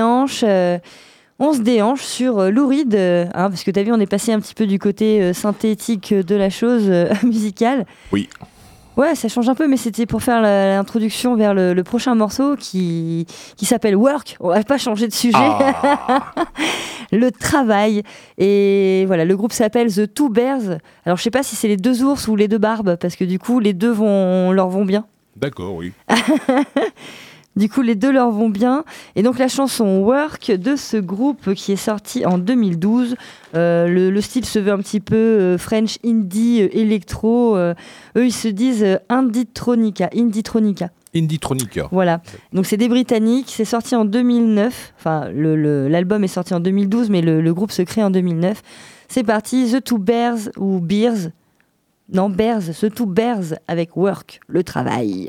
sur Lou Reed, hein, parce que tu as vu, on est passé un petit peu du côté synthétique de la chose musicale. Oui. Ouais, ça change un peu, mais c'était pour faire l'introduction vers le prochain morceau qui s'appelle Work. On va pas changer de sujet. Le travail. Et voilà, le groupe s'appelle The Two Bears. Alors, je sais pas si c'est les deux ours ou les deux barbes, parce que du coup, les deux leur vont bien. D'accord, oui. Du coup, les deux leur vont bien. Et donc, la chanson Work de ce groupe qui est sorti en 2012. Le style se veut un petit peu French indie, électro. Eux, ils se disent Indietronica. Voilà. Donc, c'est des Britanniques. C'est sorti en 2009. Enfin, l'album est sorti en 2012, mais le groupe se crée en 2009. C'est parti. The Two Bears ou Bears. Non, Bears. The Two Bears avec Work, le travail.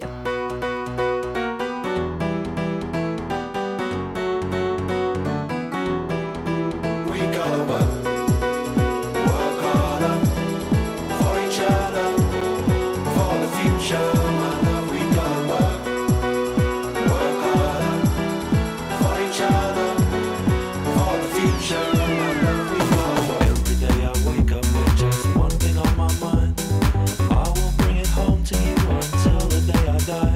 Home to you until the day I die.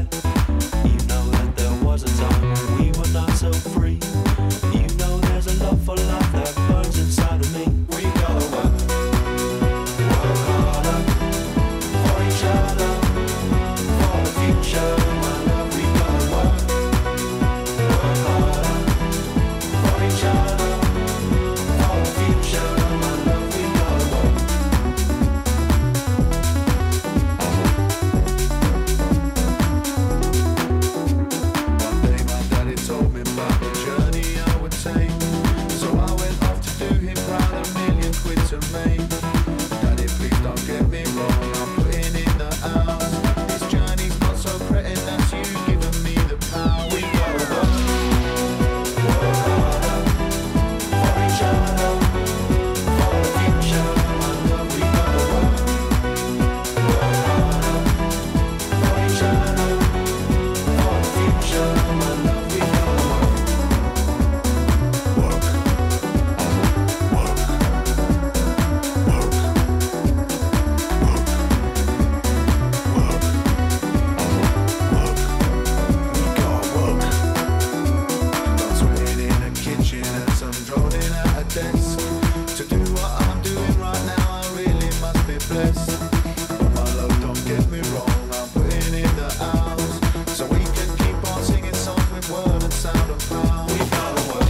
to me. Daddy, please don't get me wrong, I'm putting in the hours. This journey's not so pretty, that's you giving me the power. We gotta work harder for each other, for the future. I know we gotta work harder for each other, for the future. I know we gotta desk to do what I'm doing right now. I really must be blessed. But my love, don't get me wrong, I'm putting in the hours so we can keep on singing songs with word and sound and power. We gotta work.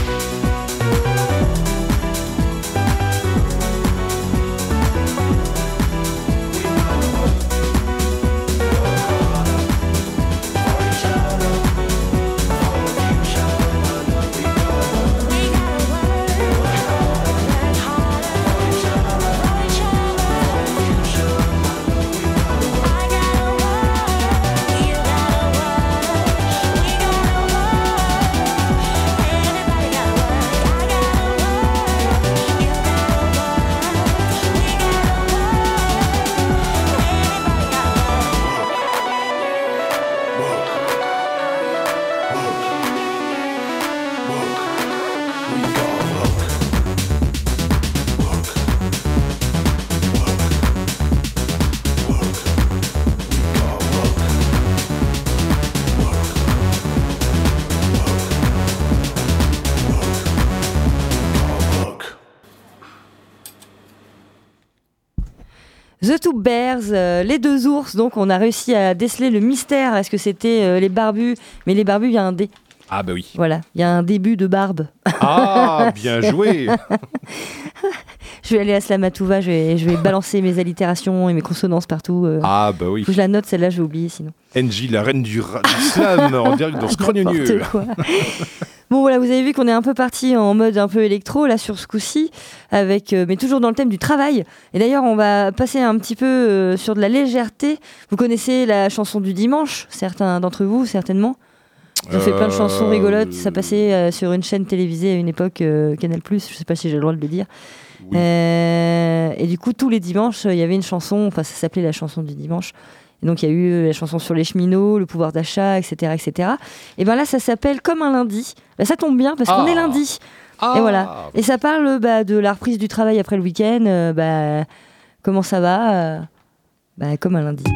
We gotta work harder for each other, for the future. I know we gotta work. The Two Bears, les deux ours, donc on a réussi à déceler le mystère. Est-ce que c'était les barbus? Mais les barbus, il y a un dé. Ah bah oui. Voilà, il y a un début de barbe. Ah, bien joué. Je vais aller à Slamatouva, je vais balancer mes allitérations et mes consonances partout. Ah bah oui. Faut que je la note, celle-là, j'ai oublié sinon. Angie, la reine du slam, en direct dans Scrognonieux. N'importe quoi. Bon voilà, vous avez vu qu'on est un peu parti en mode un peu électro là sur ce coup-ci, avec mais toujours dans le thème du travail. Et d'ailleurs, on va passer un petit peu sur de la légèreté. Vous connaissez la chanson du dimanche, certains d'entre vous certainement. Ils ont fait plein de chansons rigolotes. Ça passait sur une chaîne télévisée à une époque, Canal+. Je sais pas si j'ai le droit de le dire. Oui. Et du coup, tous les dimanches, il y avait une chanson. Enfin, ça s'appelait la chanson du dimanche. Et donc, il y a eu la chanson sur les cheminots, le pouvoir d'achat, etc., etc. Et bien là, ça s'appelle Comme un lundi. Ben, ça tombe bien parce qu'on est lundi. Et voilà. Et ça parle de la reprise du travail après le week-end. Comment ça va comme un lundi.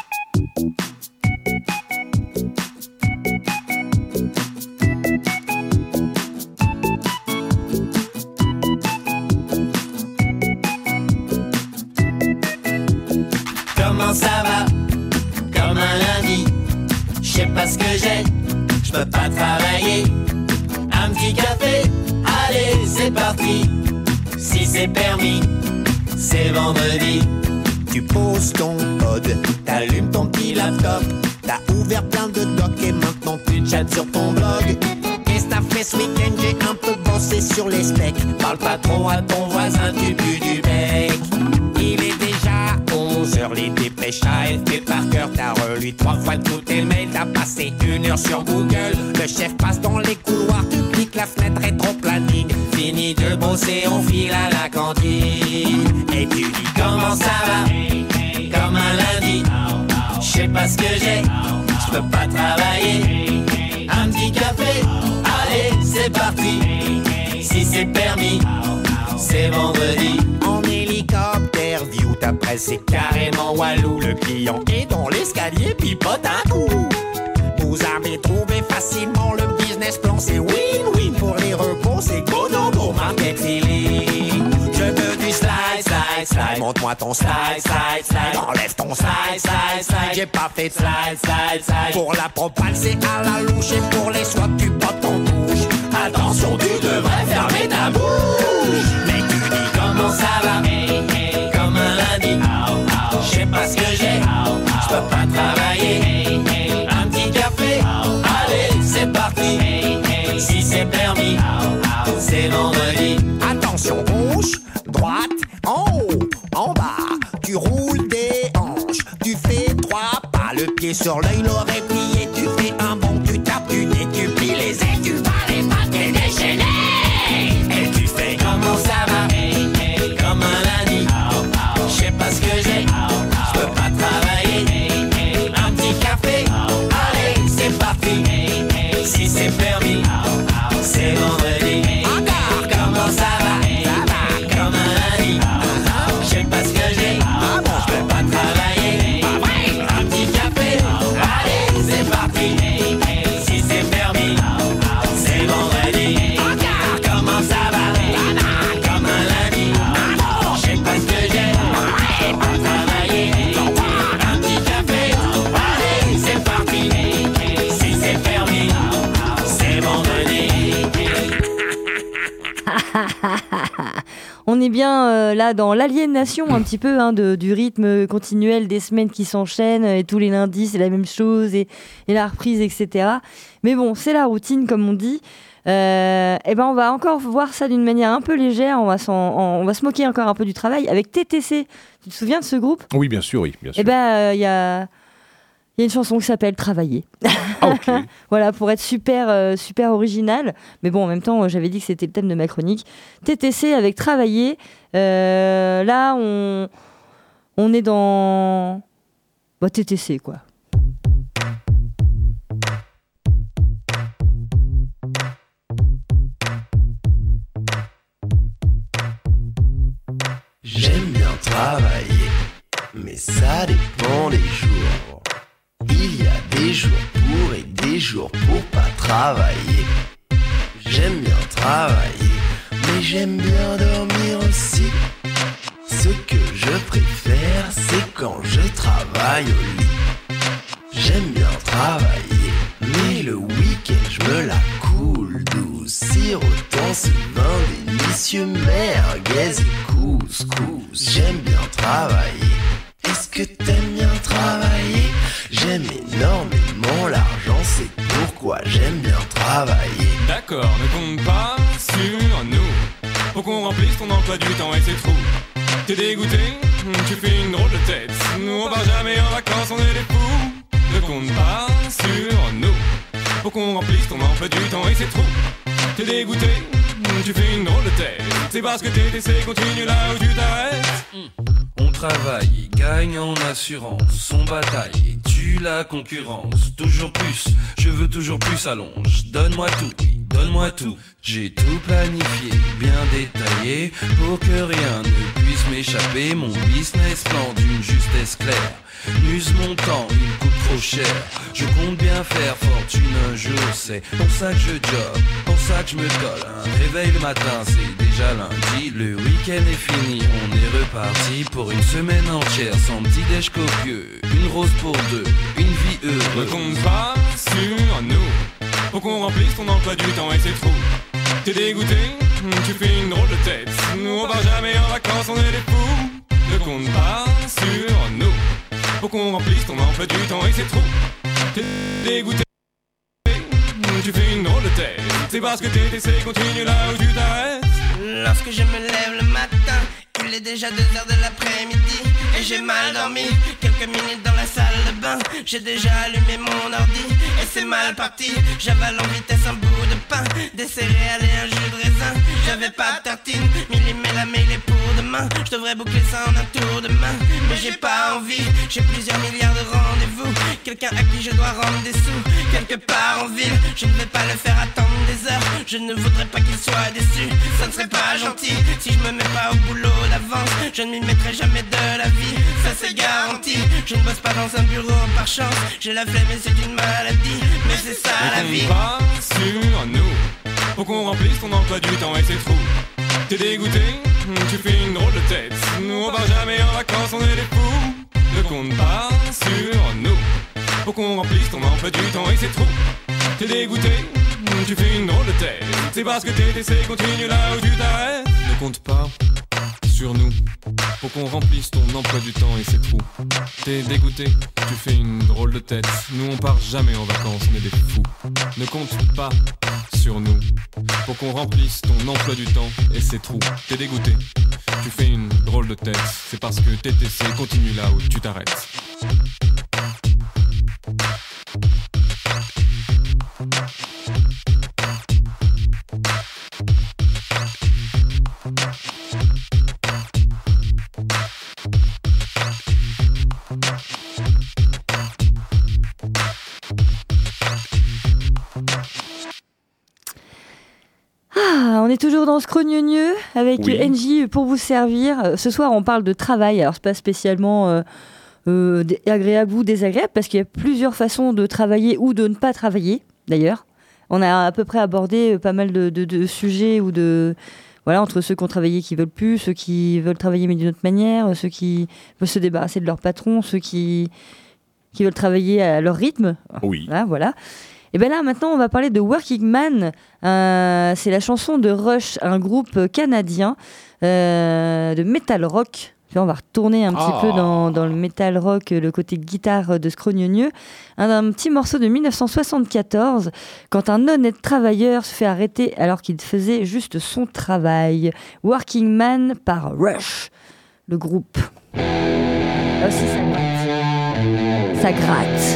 Comment ça va? Comme un lundi. Je sais pas ce que j'ai, je peux pas travailler. Un petit café, allez c'est parti. Si c'est permis, c'est vendredi. Tu poses ton code, t'allumes ton petit laptop. T'as ouvert plein de docs et maintenant tu chattes sur ton blog. Qu'est-ce que t'as fait ce week-end? J'ai un peu bossé sur les specs. Parle pas trop à ton voisin, tu pues du bec. Il est déjà 11h, les dépêches AFP par cœur. T'as relu 3 fois tous tes mails, t'as passé 1 heure sur Google. Le chef passe dans les couloirs, tu cliques la fenêtre rétro-planning. Fini de bosser, on file à la cantine. Et tu dis comment ça va? Comme un lundi. Je sais pas ce que j'ai, je peux pas travailler. Un petit café, allez c'est parti. Si c'est permis, c'est vendredi. En hélicoptère, view, ta presse c'est carrément walou. Le client est dans l'escalier, pipote un coup. Vous avez trouvé facilement le business plan, c'est win-win. Pour les repos, c'est go no go, market feeling. Je veux du slide, slide, slide. Montre-moi ton slide, slide, slide. Enlève ton slide, slide, slide. J'ai pas fait de slide, slide, slide. Pour la propale, c'est à la louche. Et pour les soies, tu potes en touche. Attention, tu devrais fermer ta bouche. Mais tu dis comment ça va? Comme un lundi. Je sais pas ce que j'ai, je peux pas travailler. Un petit café, allez, c'est parti. Si c'est permis, c'est vendredi. Attention, gauche, droite, pieds sur l'œil, l'oreille pliée. Tu fais un bond, tu tapes du nez, tu plies les ailes, tu vas les pattes déchaînées. Et tu fais comment ça va, comme un lundi. Je sais pas ce que j'ai, je peux pas travailler. Un petit café, allez, c'est parti. Si c'est permis, c'est vendredi. Encore, comment ça va, comme un lundi. Je sais pas ce que j'ai, je peux pas travailler. Un petit café, allez, c'est parti. Si c'est permis, c'est vendredi. Encore, comment ça va, comme un lundi. Je sais pas ce que j'ai, je peux pas travailler. Un petit café, allez, c'est parti. Si c'est permis, c'est vendredi. On est bien là dans l'aliénation un petit peu du rythme continuel des semaines qui s'enchaînent et tous les lundis c'est la même chose et la reprise, etc. Mais bon, c'est la routine comme on dit. Et ben on va encore voir ça d'une manière un peu légère. On va se moquer encore un peu du travail avec TTC. Tu te souviens de ce groupe ? Oui, bien sûr, oui. Bien sûr. Et ben il y a une chanson qui s'appelle Travailler. Ah, ok. Voilà, pour être super original. Mais bon, en même temps, j'avais dit que c'était le thème de ma chronique. TTC avec Travailler. Là, on est dans TTC, quoi. J'aime bien travailler, mais ça dépend des jours. Il y a des jours pour et des jours pour pas travailler. J'aime bien travailler, mais j'aime bien dormir aussi. Ce que je préfère, c'est quand je travaille au lit. J'aime bien travailler, mais le week-end je me la coule douce. Sirotant ce vin délicieux, merguez et couscous. J'aime bien travailler. Est-ce que t'aimes bien travailler? J'aime énormément l'argent, c'est pourquoi j'aime bien travailler. D'accord, ne compte pas sur nous. Faut qu'on remplisse ton emploi du temps et c'est trop. T'es dégoûté, tu fais une drôle de tête. Nous on va jamais en vacances, on est des fous. Ne compte pas sur nous. Faut qu'on remplisse ton emploi du temps et c'est trop. T'es dégoûté, tu fais une drôle de tête. C'est parce que TTC continue là où tu t'arrêtes. On travaille et gagne en assurance. On bataille et tue la concurrence. Toujours plus, je veux toujours plus, allonge. Donne-moi tout, oui, donne-moi tout. J'ai tout planifié, bien détaillé, pour que rien ne puisse m'échapper. Mon business plan d'une justesse claire. N'use mon temps, il coûte trop cher. Je compte bien faire fortune un jour. C'est pour ça que je job, pour ça que je me colle. Un réveil le matin, c'est déjà lundi. Le week-end est fini, on est reparti pour une semaine entière sans petit déj copieux. Une rose pour deux, une vie heureuse. Ne compte pas sur nous. Faut qu'on remplisse ton emploi du temps et c'est trop. T'es dégoûté, tu fais une drôle de tête. Nous on va jamais en vacances, on est des fous. Ne compte pas sur nous. Faut qu'on remplisse ton emploi du temps et c'est trop. T'es dégoûté, tu fais une drôle de tête. C'est parce que TTC continue là où tu t'arrêtes. Lorsque je me lève le matin, il est déjà 2h de l'après-midi et j'ai mal dormi. Quelques minutes dans la salle de bain, j'ai déjà allumé mon ordi et c'est mal parti. J'avale en vitesse un bout de pain, des céréales et un jus de raisin. J'avais pas de tartine, millimètre la mail est pour demain. Je devrais boucler ça en un tour de main, mais j'ai pas envie. J'ai plusieurs milliards de rendez-vous, quelqu'un à qui je dois rendre des sous. Quelque part en ville, je ne vais pas le faire attendre des heures. Je ne voudrais pas qu'il soit déçu, ça ne serait pas gentil. Si je me mets pas au boulot d'avance, je ne m'y mettrai jamais de la vie, ça c'est garanti. Je ne bosse pas dans un bureau par chance, j'ai la flemme et c'est une maladie, mais c'est ça la vie. Ne compte pas sur nous. Faut qu'on remplisse ton emploi du temps et c'est trop. T'es dégoûté, tu fais une drôle de tête. Nous on va jamais en vacances, on est des fous. Ne compte pas sur nous. Faut qu'on remplisse ton emploi du temps et c'est trop. T'es dégoûté, tu fais une drôle de tête. C'est parce que TTC continue là où tu t'arrêtes. Ne compte pas sur nous. Faut qu'on remplisse ton emploi du temps et c'est trop. T'es dégoûté, tu fais une drôle de tête. Nous on part jamais en vacances, on est des fous. Ne compte pas sur nous. Faut qu'on remplisse ton emploi du temps et c'est trou. T'es dégoûté, tu fais une drôle de tête. C'est parce que TTC continue là où tu t'arrêtes. toujours dans Scrogneux avec Oui. NJ pour vous servir. Ce soir, on parle de travail. Alors, c'est pas spécialement agréable ou désagréable parce qu'il y a plusieurs façons de travailler ou de ne pas travailler, d'ailleurs. On a à peu près abordé pas mal de sujets ou de... Voilà, entre ceux qui ont travaillé qui veulent plus, ceux qui veulent travailler mais d'une autre manière, ceux qui veulent se débarrasser de leur patron, ceux qui veulent travailler à leur rythme. Oui. Voilà. Et bien là, maintenant, on va parler de Working Man. C'est la chanson de Rush, un groupe canadien de metal rock. Puis on va retourner un petit peu dans le metal rock, le côté guitare de Scrogneux. Un petit morceau de 1974, quand un honnête travailleur se fait arrêter alors qu'il faisait juste son travail. Working Man par Rush, le groupe. Là aussi, ça gratte. Ça gratte.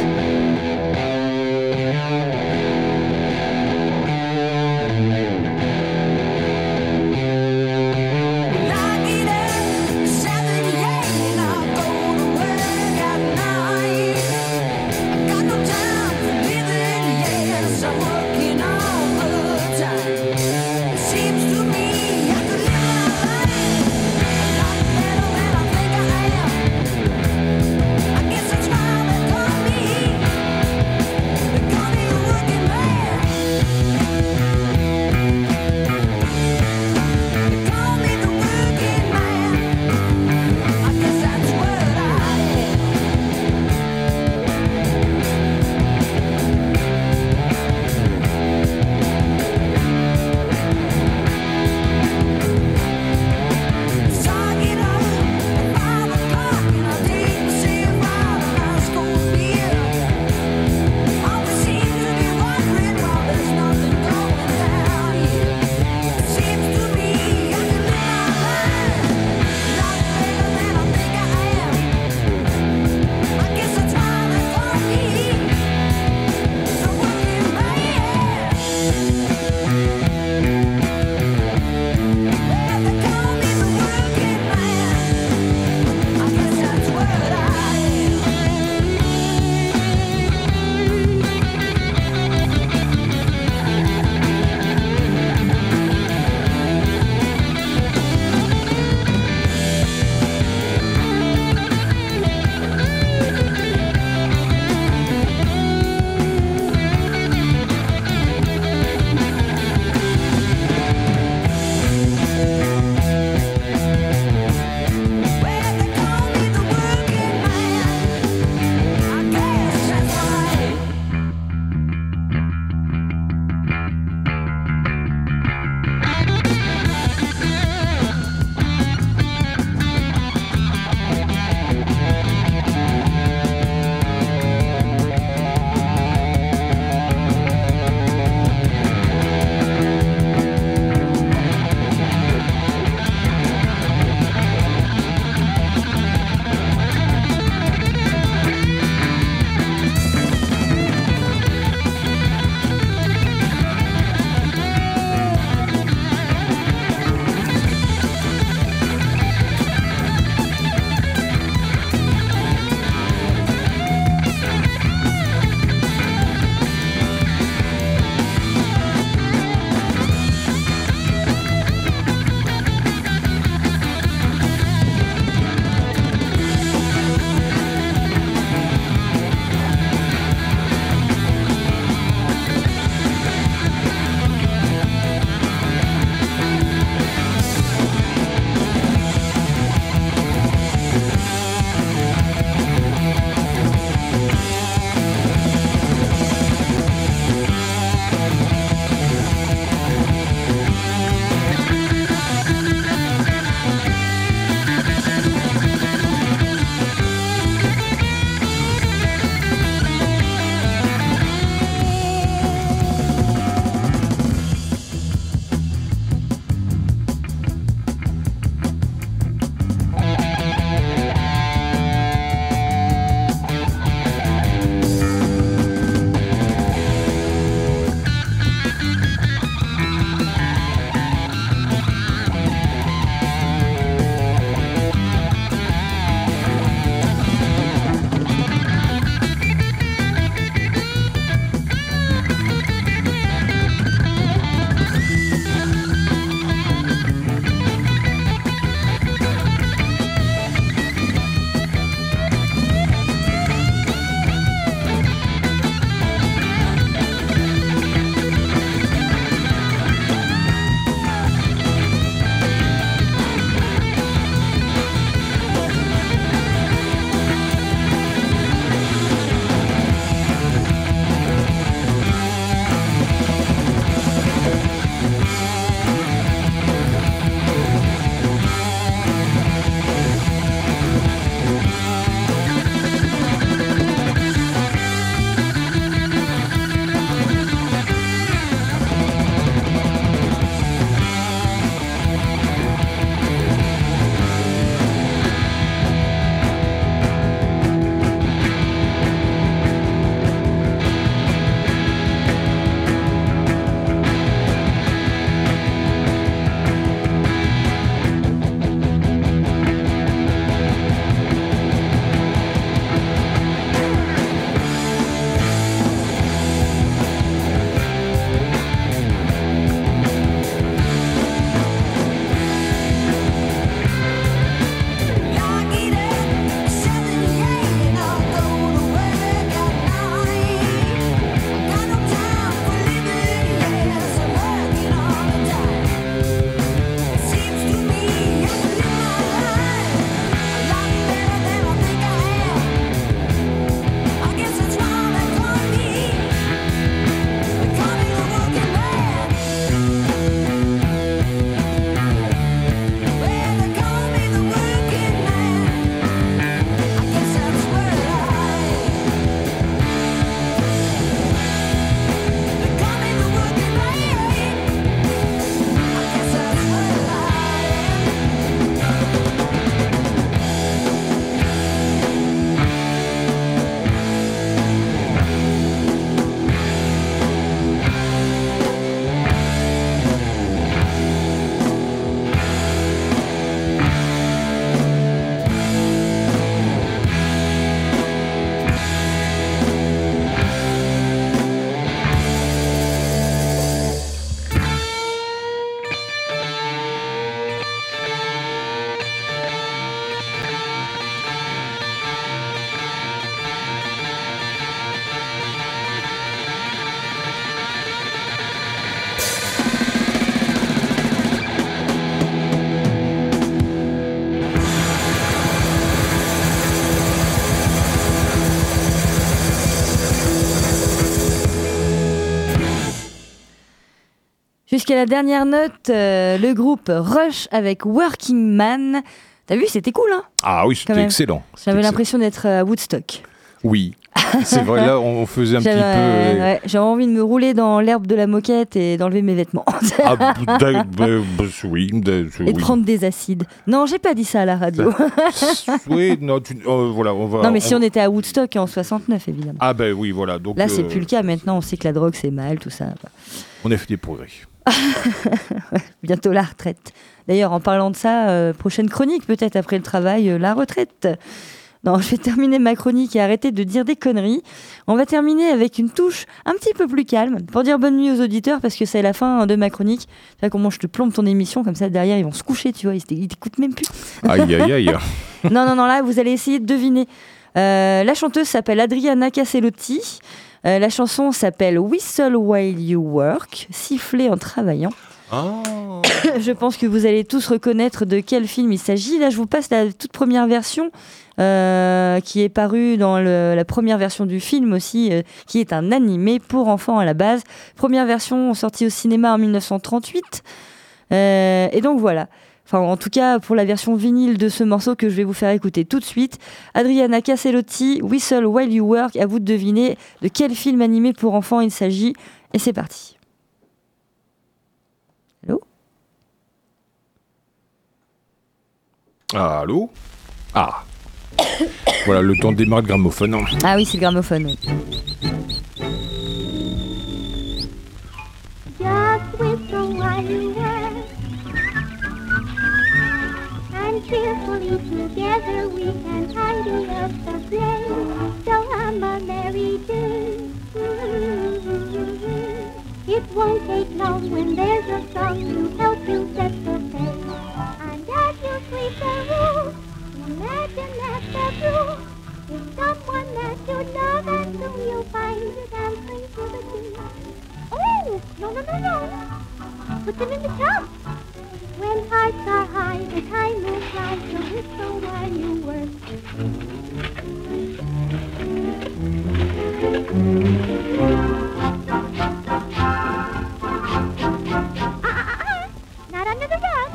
I guess it's fine, but call me Jusqu'à la dernière note, le groupe Rush avec Working Man. T'as vu, c'était cool, hein? Ah oui, c'était excellent. J'avais l'impression d'être à Woodstock. Oui, c'est vrai, là on faisait un petit peu... Ouais, j'avais envie de me rouler dans l'herbe de la moquette et d'enlever mes vêtements. Oui. Et de prendre des acides. Non, j'ai pas dit ça à la radio. Oui, non, voilà, on va... Non, mais si on était à Woodstock en 69, évidemment. Ah ben oui, voilà. Donc, là, c'est plus le cas. Maintenant, on sait que la drogue, c'est mal, tout ça. On a fait des progrès. Bientôt la retraite. D'ailleurs, en parlant de ça, prochaine chronique, peut-être après le travail, la retraite. Non, je vais terminer ma chronique et arrêter de dire des conneries. On va terminer avec une touche un petit peu plus calme pour dire bonne nuit aux auditeurs parce que c'est la fin de ma chronique. Tu vois comment je te plombe ton émission, comme ça derrière ils vont se coucher, tu vois, ils t'écoutent même plus. Aïe, aïe, aïe. Non, là vous allez essayer de deviner. La chanteuse s'appelle Adriana Casellotti. La chanson s'appelle Whistle While You Work, siffler en travaillant. Oh. Je pense que vous allez tous reconnaître de quel film il s'agit. Là, je vous passe la toute première version qui est parue dans la première version du film aussi, qui est un animé pour enfants à la base. Première version sortie au cinéma en 1938. Et donc voilà. Enfin, en tout cas, pour la version vinyle de ce morceau que je vais vous faire écouter tout de suite, Adriana Casellotti, Whistle While You Work. À vous de deviner de quel film animé pour enfants il s'agit. Et c'est parti. Allô? Ah. Voilà, le temps de démarrer le gramophone. Ah oui, c'est le gramophone. Oui. Just whistle while you work, and cheerfully together we can tidy up the place. So hum a merry tune. It won't take long when there's a song to help you set the pace. And as you sweep the room, imagine that the room is someone that you love, and soon you'll find you dancing to the tune. Oh, no. Put them in the tub. When hearts are high, the time will fly, so whistle while you work. Not under the rug.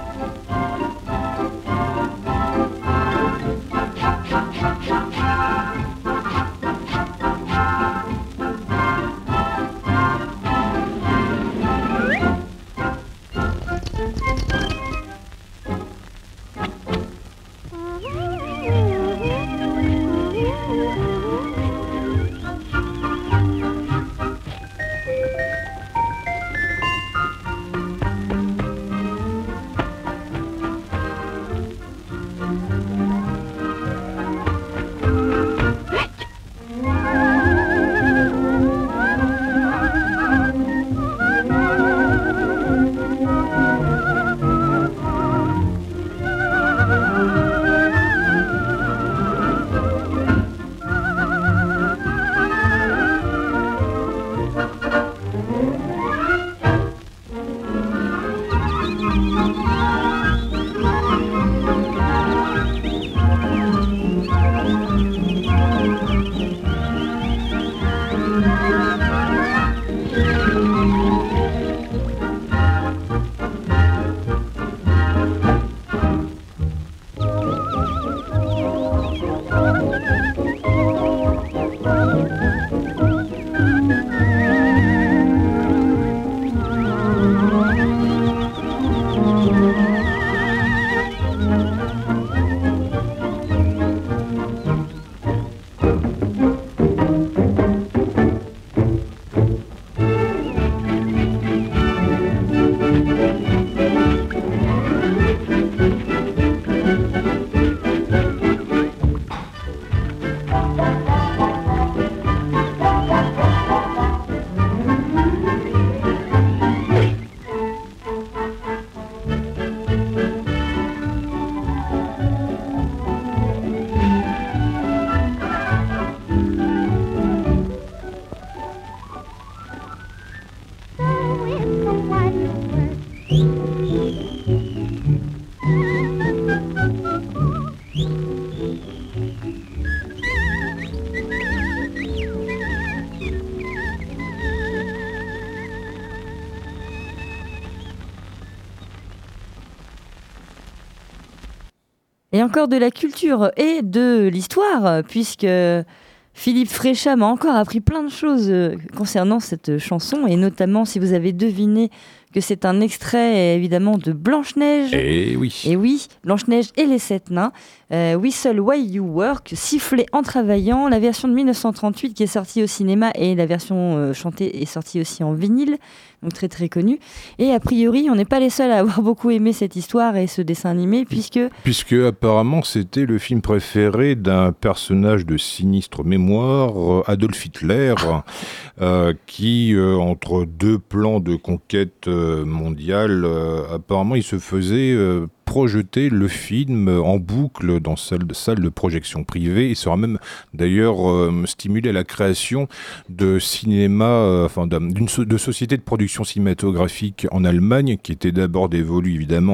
Et encore de la culture et de l'histoire, puisque Philippe Fréchat m'a encore appris plein de choses concernant cette chanson, et notamment si vous avez deviné que c'est un extrait évidemment de Blanche-Neige. Et oui. Et oui, Blanche-Neige et les 7 nains. Whistle While You Work, siffler en travaillant. La version de 1938 qui est sortie au cinéma et la version chantée est sortie aussi en vinyle, donc très très connue. Et a priori, on n'est pas les seuls à avoir beaucoup aimé cette histoire et ce dessin animé, puisque apparemment c'était le film préféré d'un personnage de sinistre mémoire, Adolf Hitler, qui entre deux plans de conquête mondiale, apparemment il se faisait projeter le film en boucle dans salle de projection privée. Il sera même d'ailleurs stimulé à la création de cinéma, de sociétés de production cinématographique en Allemagne, qui était d'abord dévolue évidemment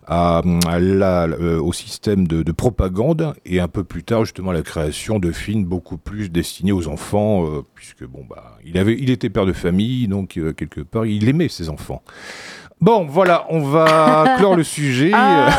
au système de propagande, et un peu plus tard justement à la création de films beaucoup plus destinés aux enfants, puisque il était père de famille, donc quelque part il aimait ses enfants. Bon, voilà, on va clore le sujet.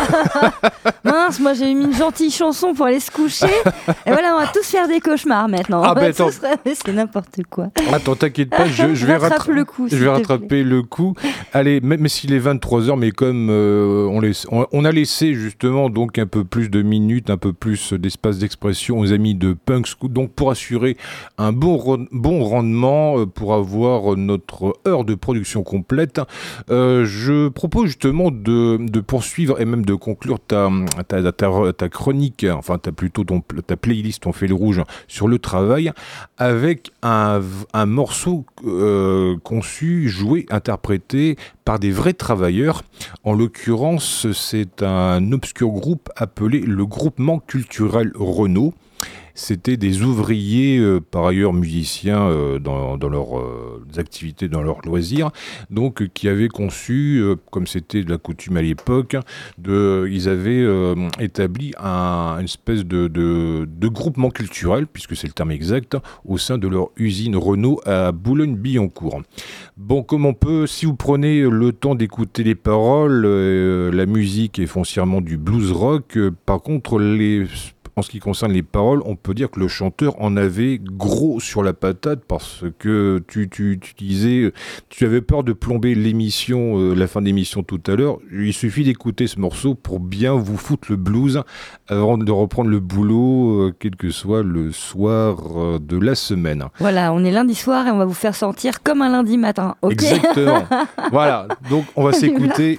Mince, moi j'ai mis une gentille chanson pour aller se coucher. Et voilà, on va tous faire des cauchemars maintenant. C'est n'importe quoi. Attends, t'inquiète pas, je vais rattraper le coup. Allez, même s'il est 23h, mais comme on a laissé justement donc un peu plus de minutes, un peu plus d'espace d'expression aux amis de Punk Scout, donc pour assurer un bon rendement, pour avoir notre heure de production complète, je propose justement de poursuivre et même de conclure ta chronique, enfin plutôt ta playlist, ton fil rouge sur le travail, avec un morceau conçu, joué, interprété par des vrais travailleurs. En l'occurrence, c'est un obscur groupe appelé le Groupement Culturel Renault. C'était des ouvriers, par ailleurs musiciens dans leurs activités, dans leurs loisirs, donc qui avaient conçu, comme c'était de la coutume à l'époque, ils avaient établi une espèce de groupement culturel, puisque c'est le terme exact, au sein de leur usine Renault à Boulogne-Billancourt. Bon, comme on peut, si vous prenez le temps d'écouter les paroles, la musique est foncièrement du blues rock, par contre en ce qui concerne les paroles, on peut dire que le chanteur en avait gros sur la patate, parce que tu disais, tu avais peur de plomber l'émission, la fin de l'émission tout à l'heure. Il suffit d'écouter ce morceau pour bien vous foutre le blues avant de reprendre le boulot, quel que soit le soir de la semaine. Voilà, on est lundi soir et on va vous faire sentir comme un lundi matin. Okay. Exactement. Voilà, donc on va s'écouter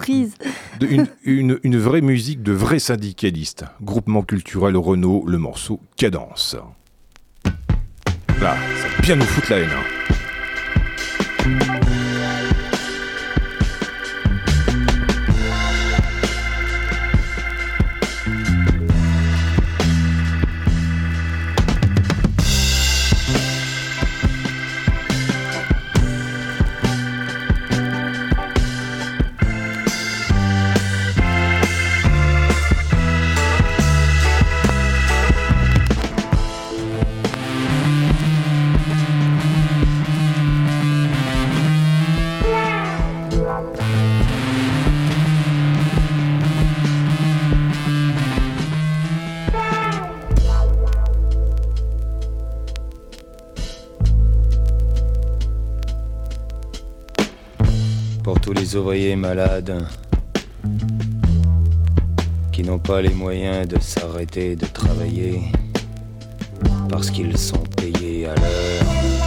une vraie musique de vrais syndicalistes. Groupement culturel Renault, le morceau Cadence. Là, ça va bien nous foutre la haine. Pour tous les ouvriers malades qui n'ont pas les moyens de s'arrêter de travailler parce qu'ils sont payés à l'heure.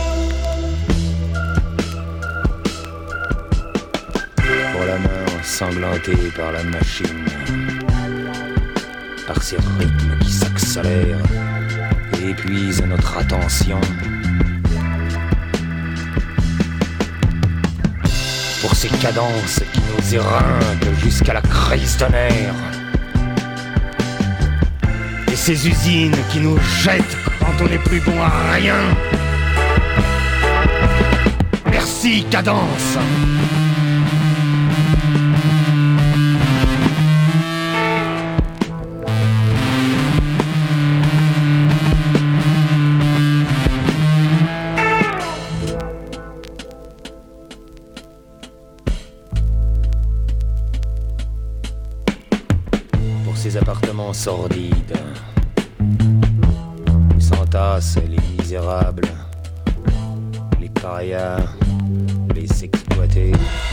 Pour la main ensanglantée par la machine, par ces rythmes qui s'accélèrent et épuisent notre attention. Pour ces cadences qui nous éreintent jusqu'à la crise de nerfs. Et ces usines qui nous jettent quand on n'est plus bon à rien. Merci, cadence. appartements sordides où s'entassent les misérables, les parias, les exploités.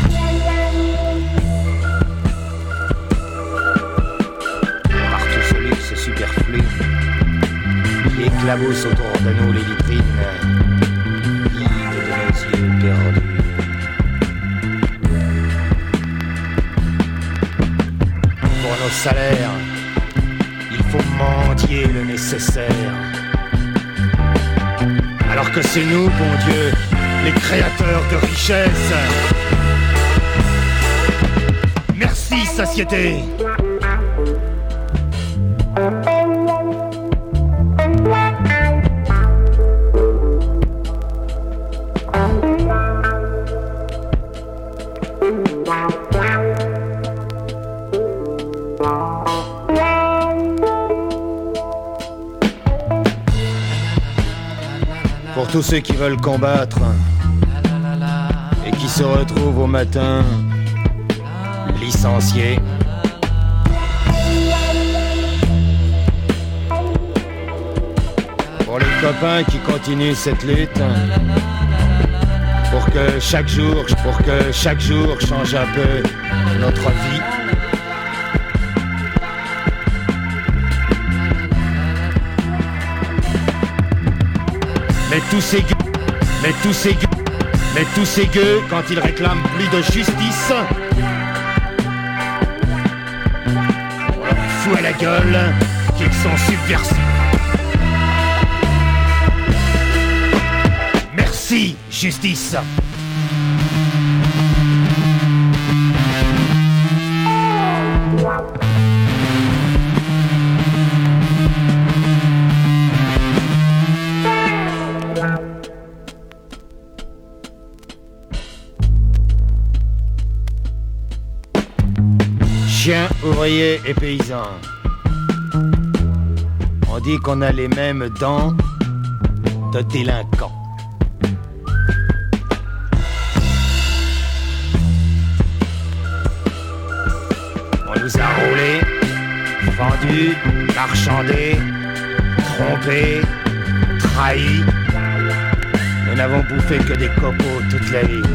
Partout ce luxe superflu qui éclabousse autour de nous les vitrines vides de nos yeux perdus. Pour nos salaires, il faut mendier le nécessaire. Alors que c'est nous, bon Dieu, les créateurs de richesse. Merci, société. Pour tous ceux qui veulent combattre et qui se retrouvent au matin licenciés. Pour les copains qui continuent cette lutte, pour que chaque jour change un peu notre vie. Mais tous ces gueux, quand ils réclament plus de justice, on leur fout à la gueule qu'ils sont subversifs. Merci, justice. Chiens, ouvriers et paysans. On dit qu'on a les mêmes dents de délinquants. On nous a roulés, vendus, marchandés, trompés, trahis. Nous n'avons bouffé que des copeaux toute la vie.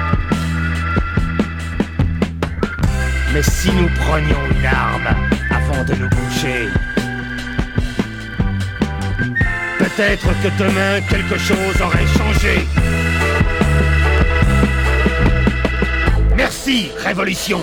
Mais si nous prenions une arme avant de nous coucher, peut-être que demain quelque chose aurait changé. Merci, Révolution.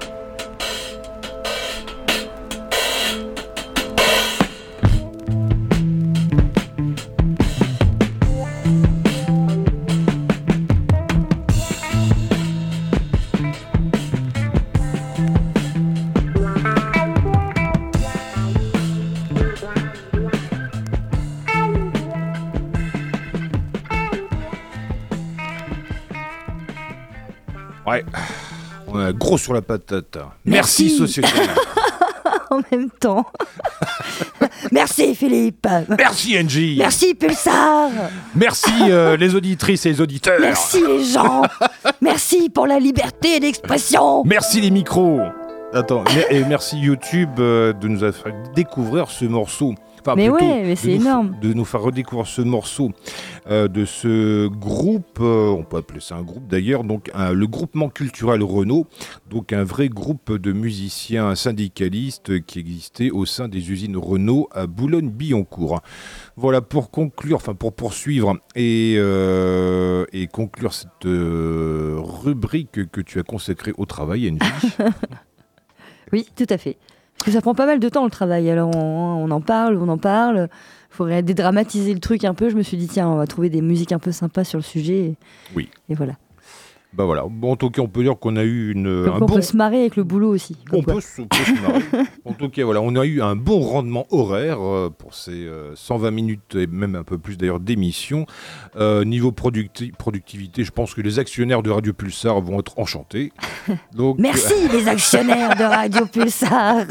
Ouais, on a gros sur la patate. Merci société. En même temps. Merci Philippe. Merci Angie. Merci Pulsar. Merci les auditrices et les auditeurs. Merci les gens. Merci pour la liberté d'expression. Merci les micros. Attends, et merci YouTube de nous avoir fait découvrir ce morceau. Enfin, mais plutôt, ouais, mais c'est énorme. De nous faire redécouvrir ce morceau de ce groupe, on peut appeler ça un groupe d'ailleurs, donc le groupement culturel Renault, donc un vrai groupe de musiciens syndicalistes qui existait au sein des usines Renault à Boulogne-Billancourt. Voilà, pour conclure, enfin pour poursuivre et conclure cette rubrique que tu as consacrée au travail, Angie. Oui, tout à fait. Parce que ça prend pas mal de temps le travail, alors on en parle. Il faudrait dédramatiser le truc un peu. Je me suis dit, tiens, on va trouver des musiques un peu sympas sur le sujet. Oui. Et voilà. Bah voilà. Bon, en tout cas, on peut dire qu'on a eu on peut se marrer avec le boulot aussi. On peut se marrer. En tout cas, voilà, on a eu un bon rendement horaire pour ces 120 minutes et même un peu plus d'ailleurs d'émission. Niveau productivité, je pense que les actionnaires de Radio Pulsar vont être enchantés. Donc, merci les actionnaires de Radio Pulsar.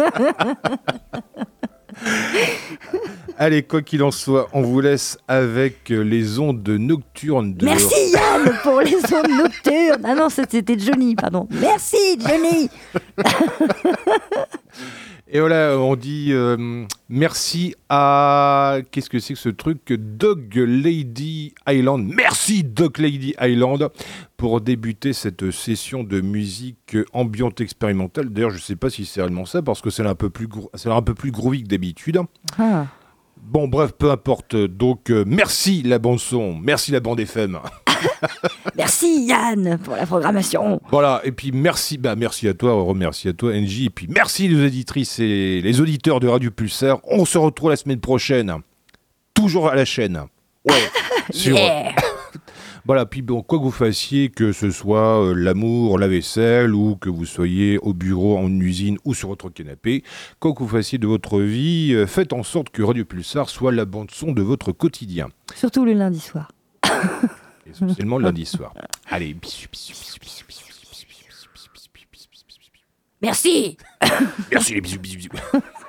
Allez, quoi qu'il en soit, on vous laisse avec les ondes nocturnes de... Merci Yann pour les ondes nocturnes. Ah non, c'était Johnny, pardon. Merci Johnny. Et voilà, on dit merci à... Qu'est-ce que c'est que ce truc? Dog Lady Island. Merci Dog Lady Island pour débuter cette session de musique ambiante expérimentale. D'ailleurs, je ne sais pas si c'est réellement ça, parce que c'est un peu plus groovy que d'habitude. Ah. Bon, bref, peu importe. Donc, merci la bande-son, merci la bande FM. Merci Yann pour la programmation. Voilà, et puis merci à toi, remercie à toi NJ, et puis merci les auditrices et les auditeurs de Radio Pulsar. On se retrouve la semaine prochaine, toujours à la chaîne. Ouais, sur... Voilà, puis bon, quoi que vous fassiez, que ce soit l'amour, la vaisselle, ou que vous soyez au bureau, en usine, ou sur votre canapé, quoi que vous fassiez de votre vie, faites en sorte que Radio Pulsar soit la bande-son de votre quotidien. Surtout le lundi soir. Et spécialement le lundi soir. Allez, bisous, bisous, bisous, bisous, bisous, bisous, bisous, bisous, bisous, bisous, bisous, bisous. Merci. Merci les bisous, bisous, bisous.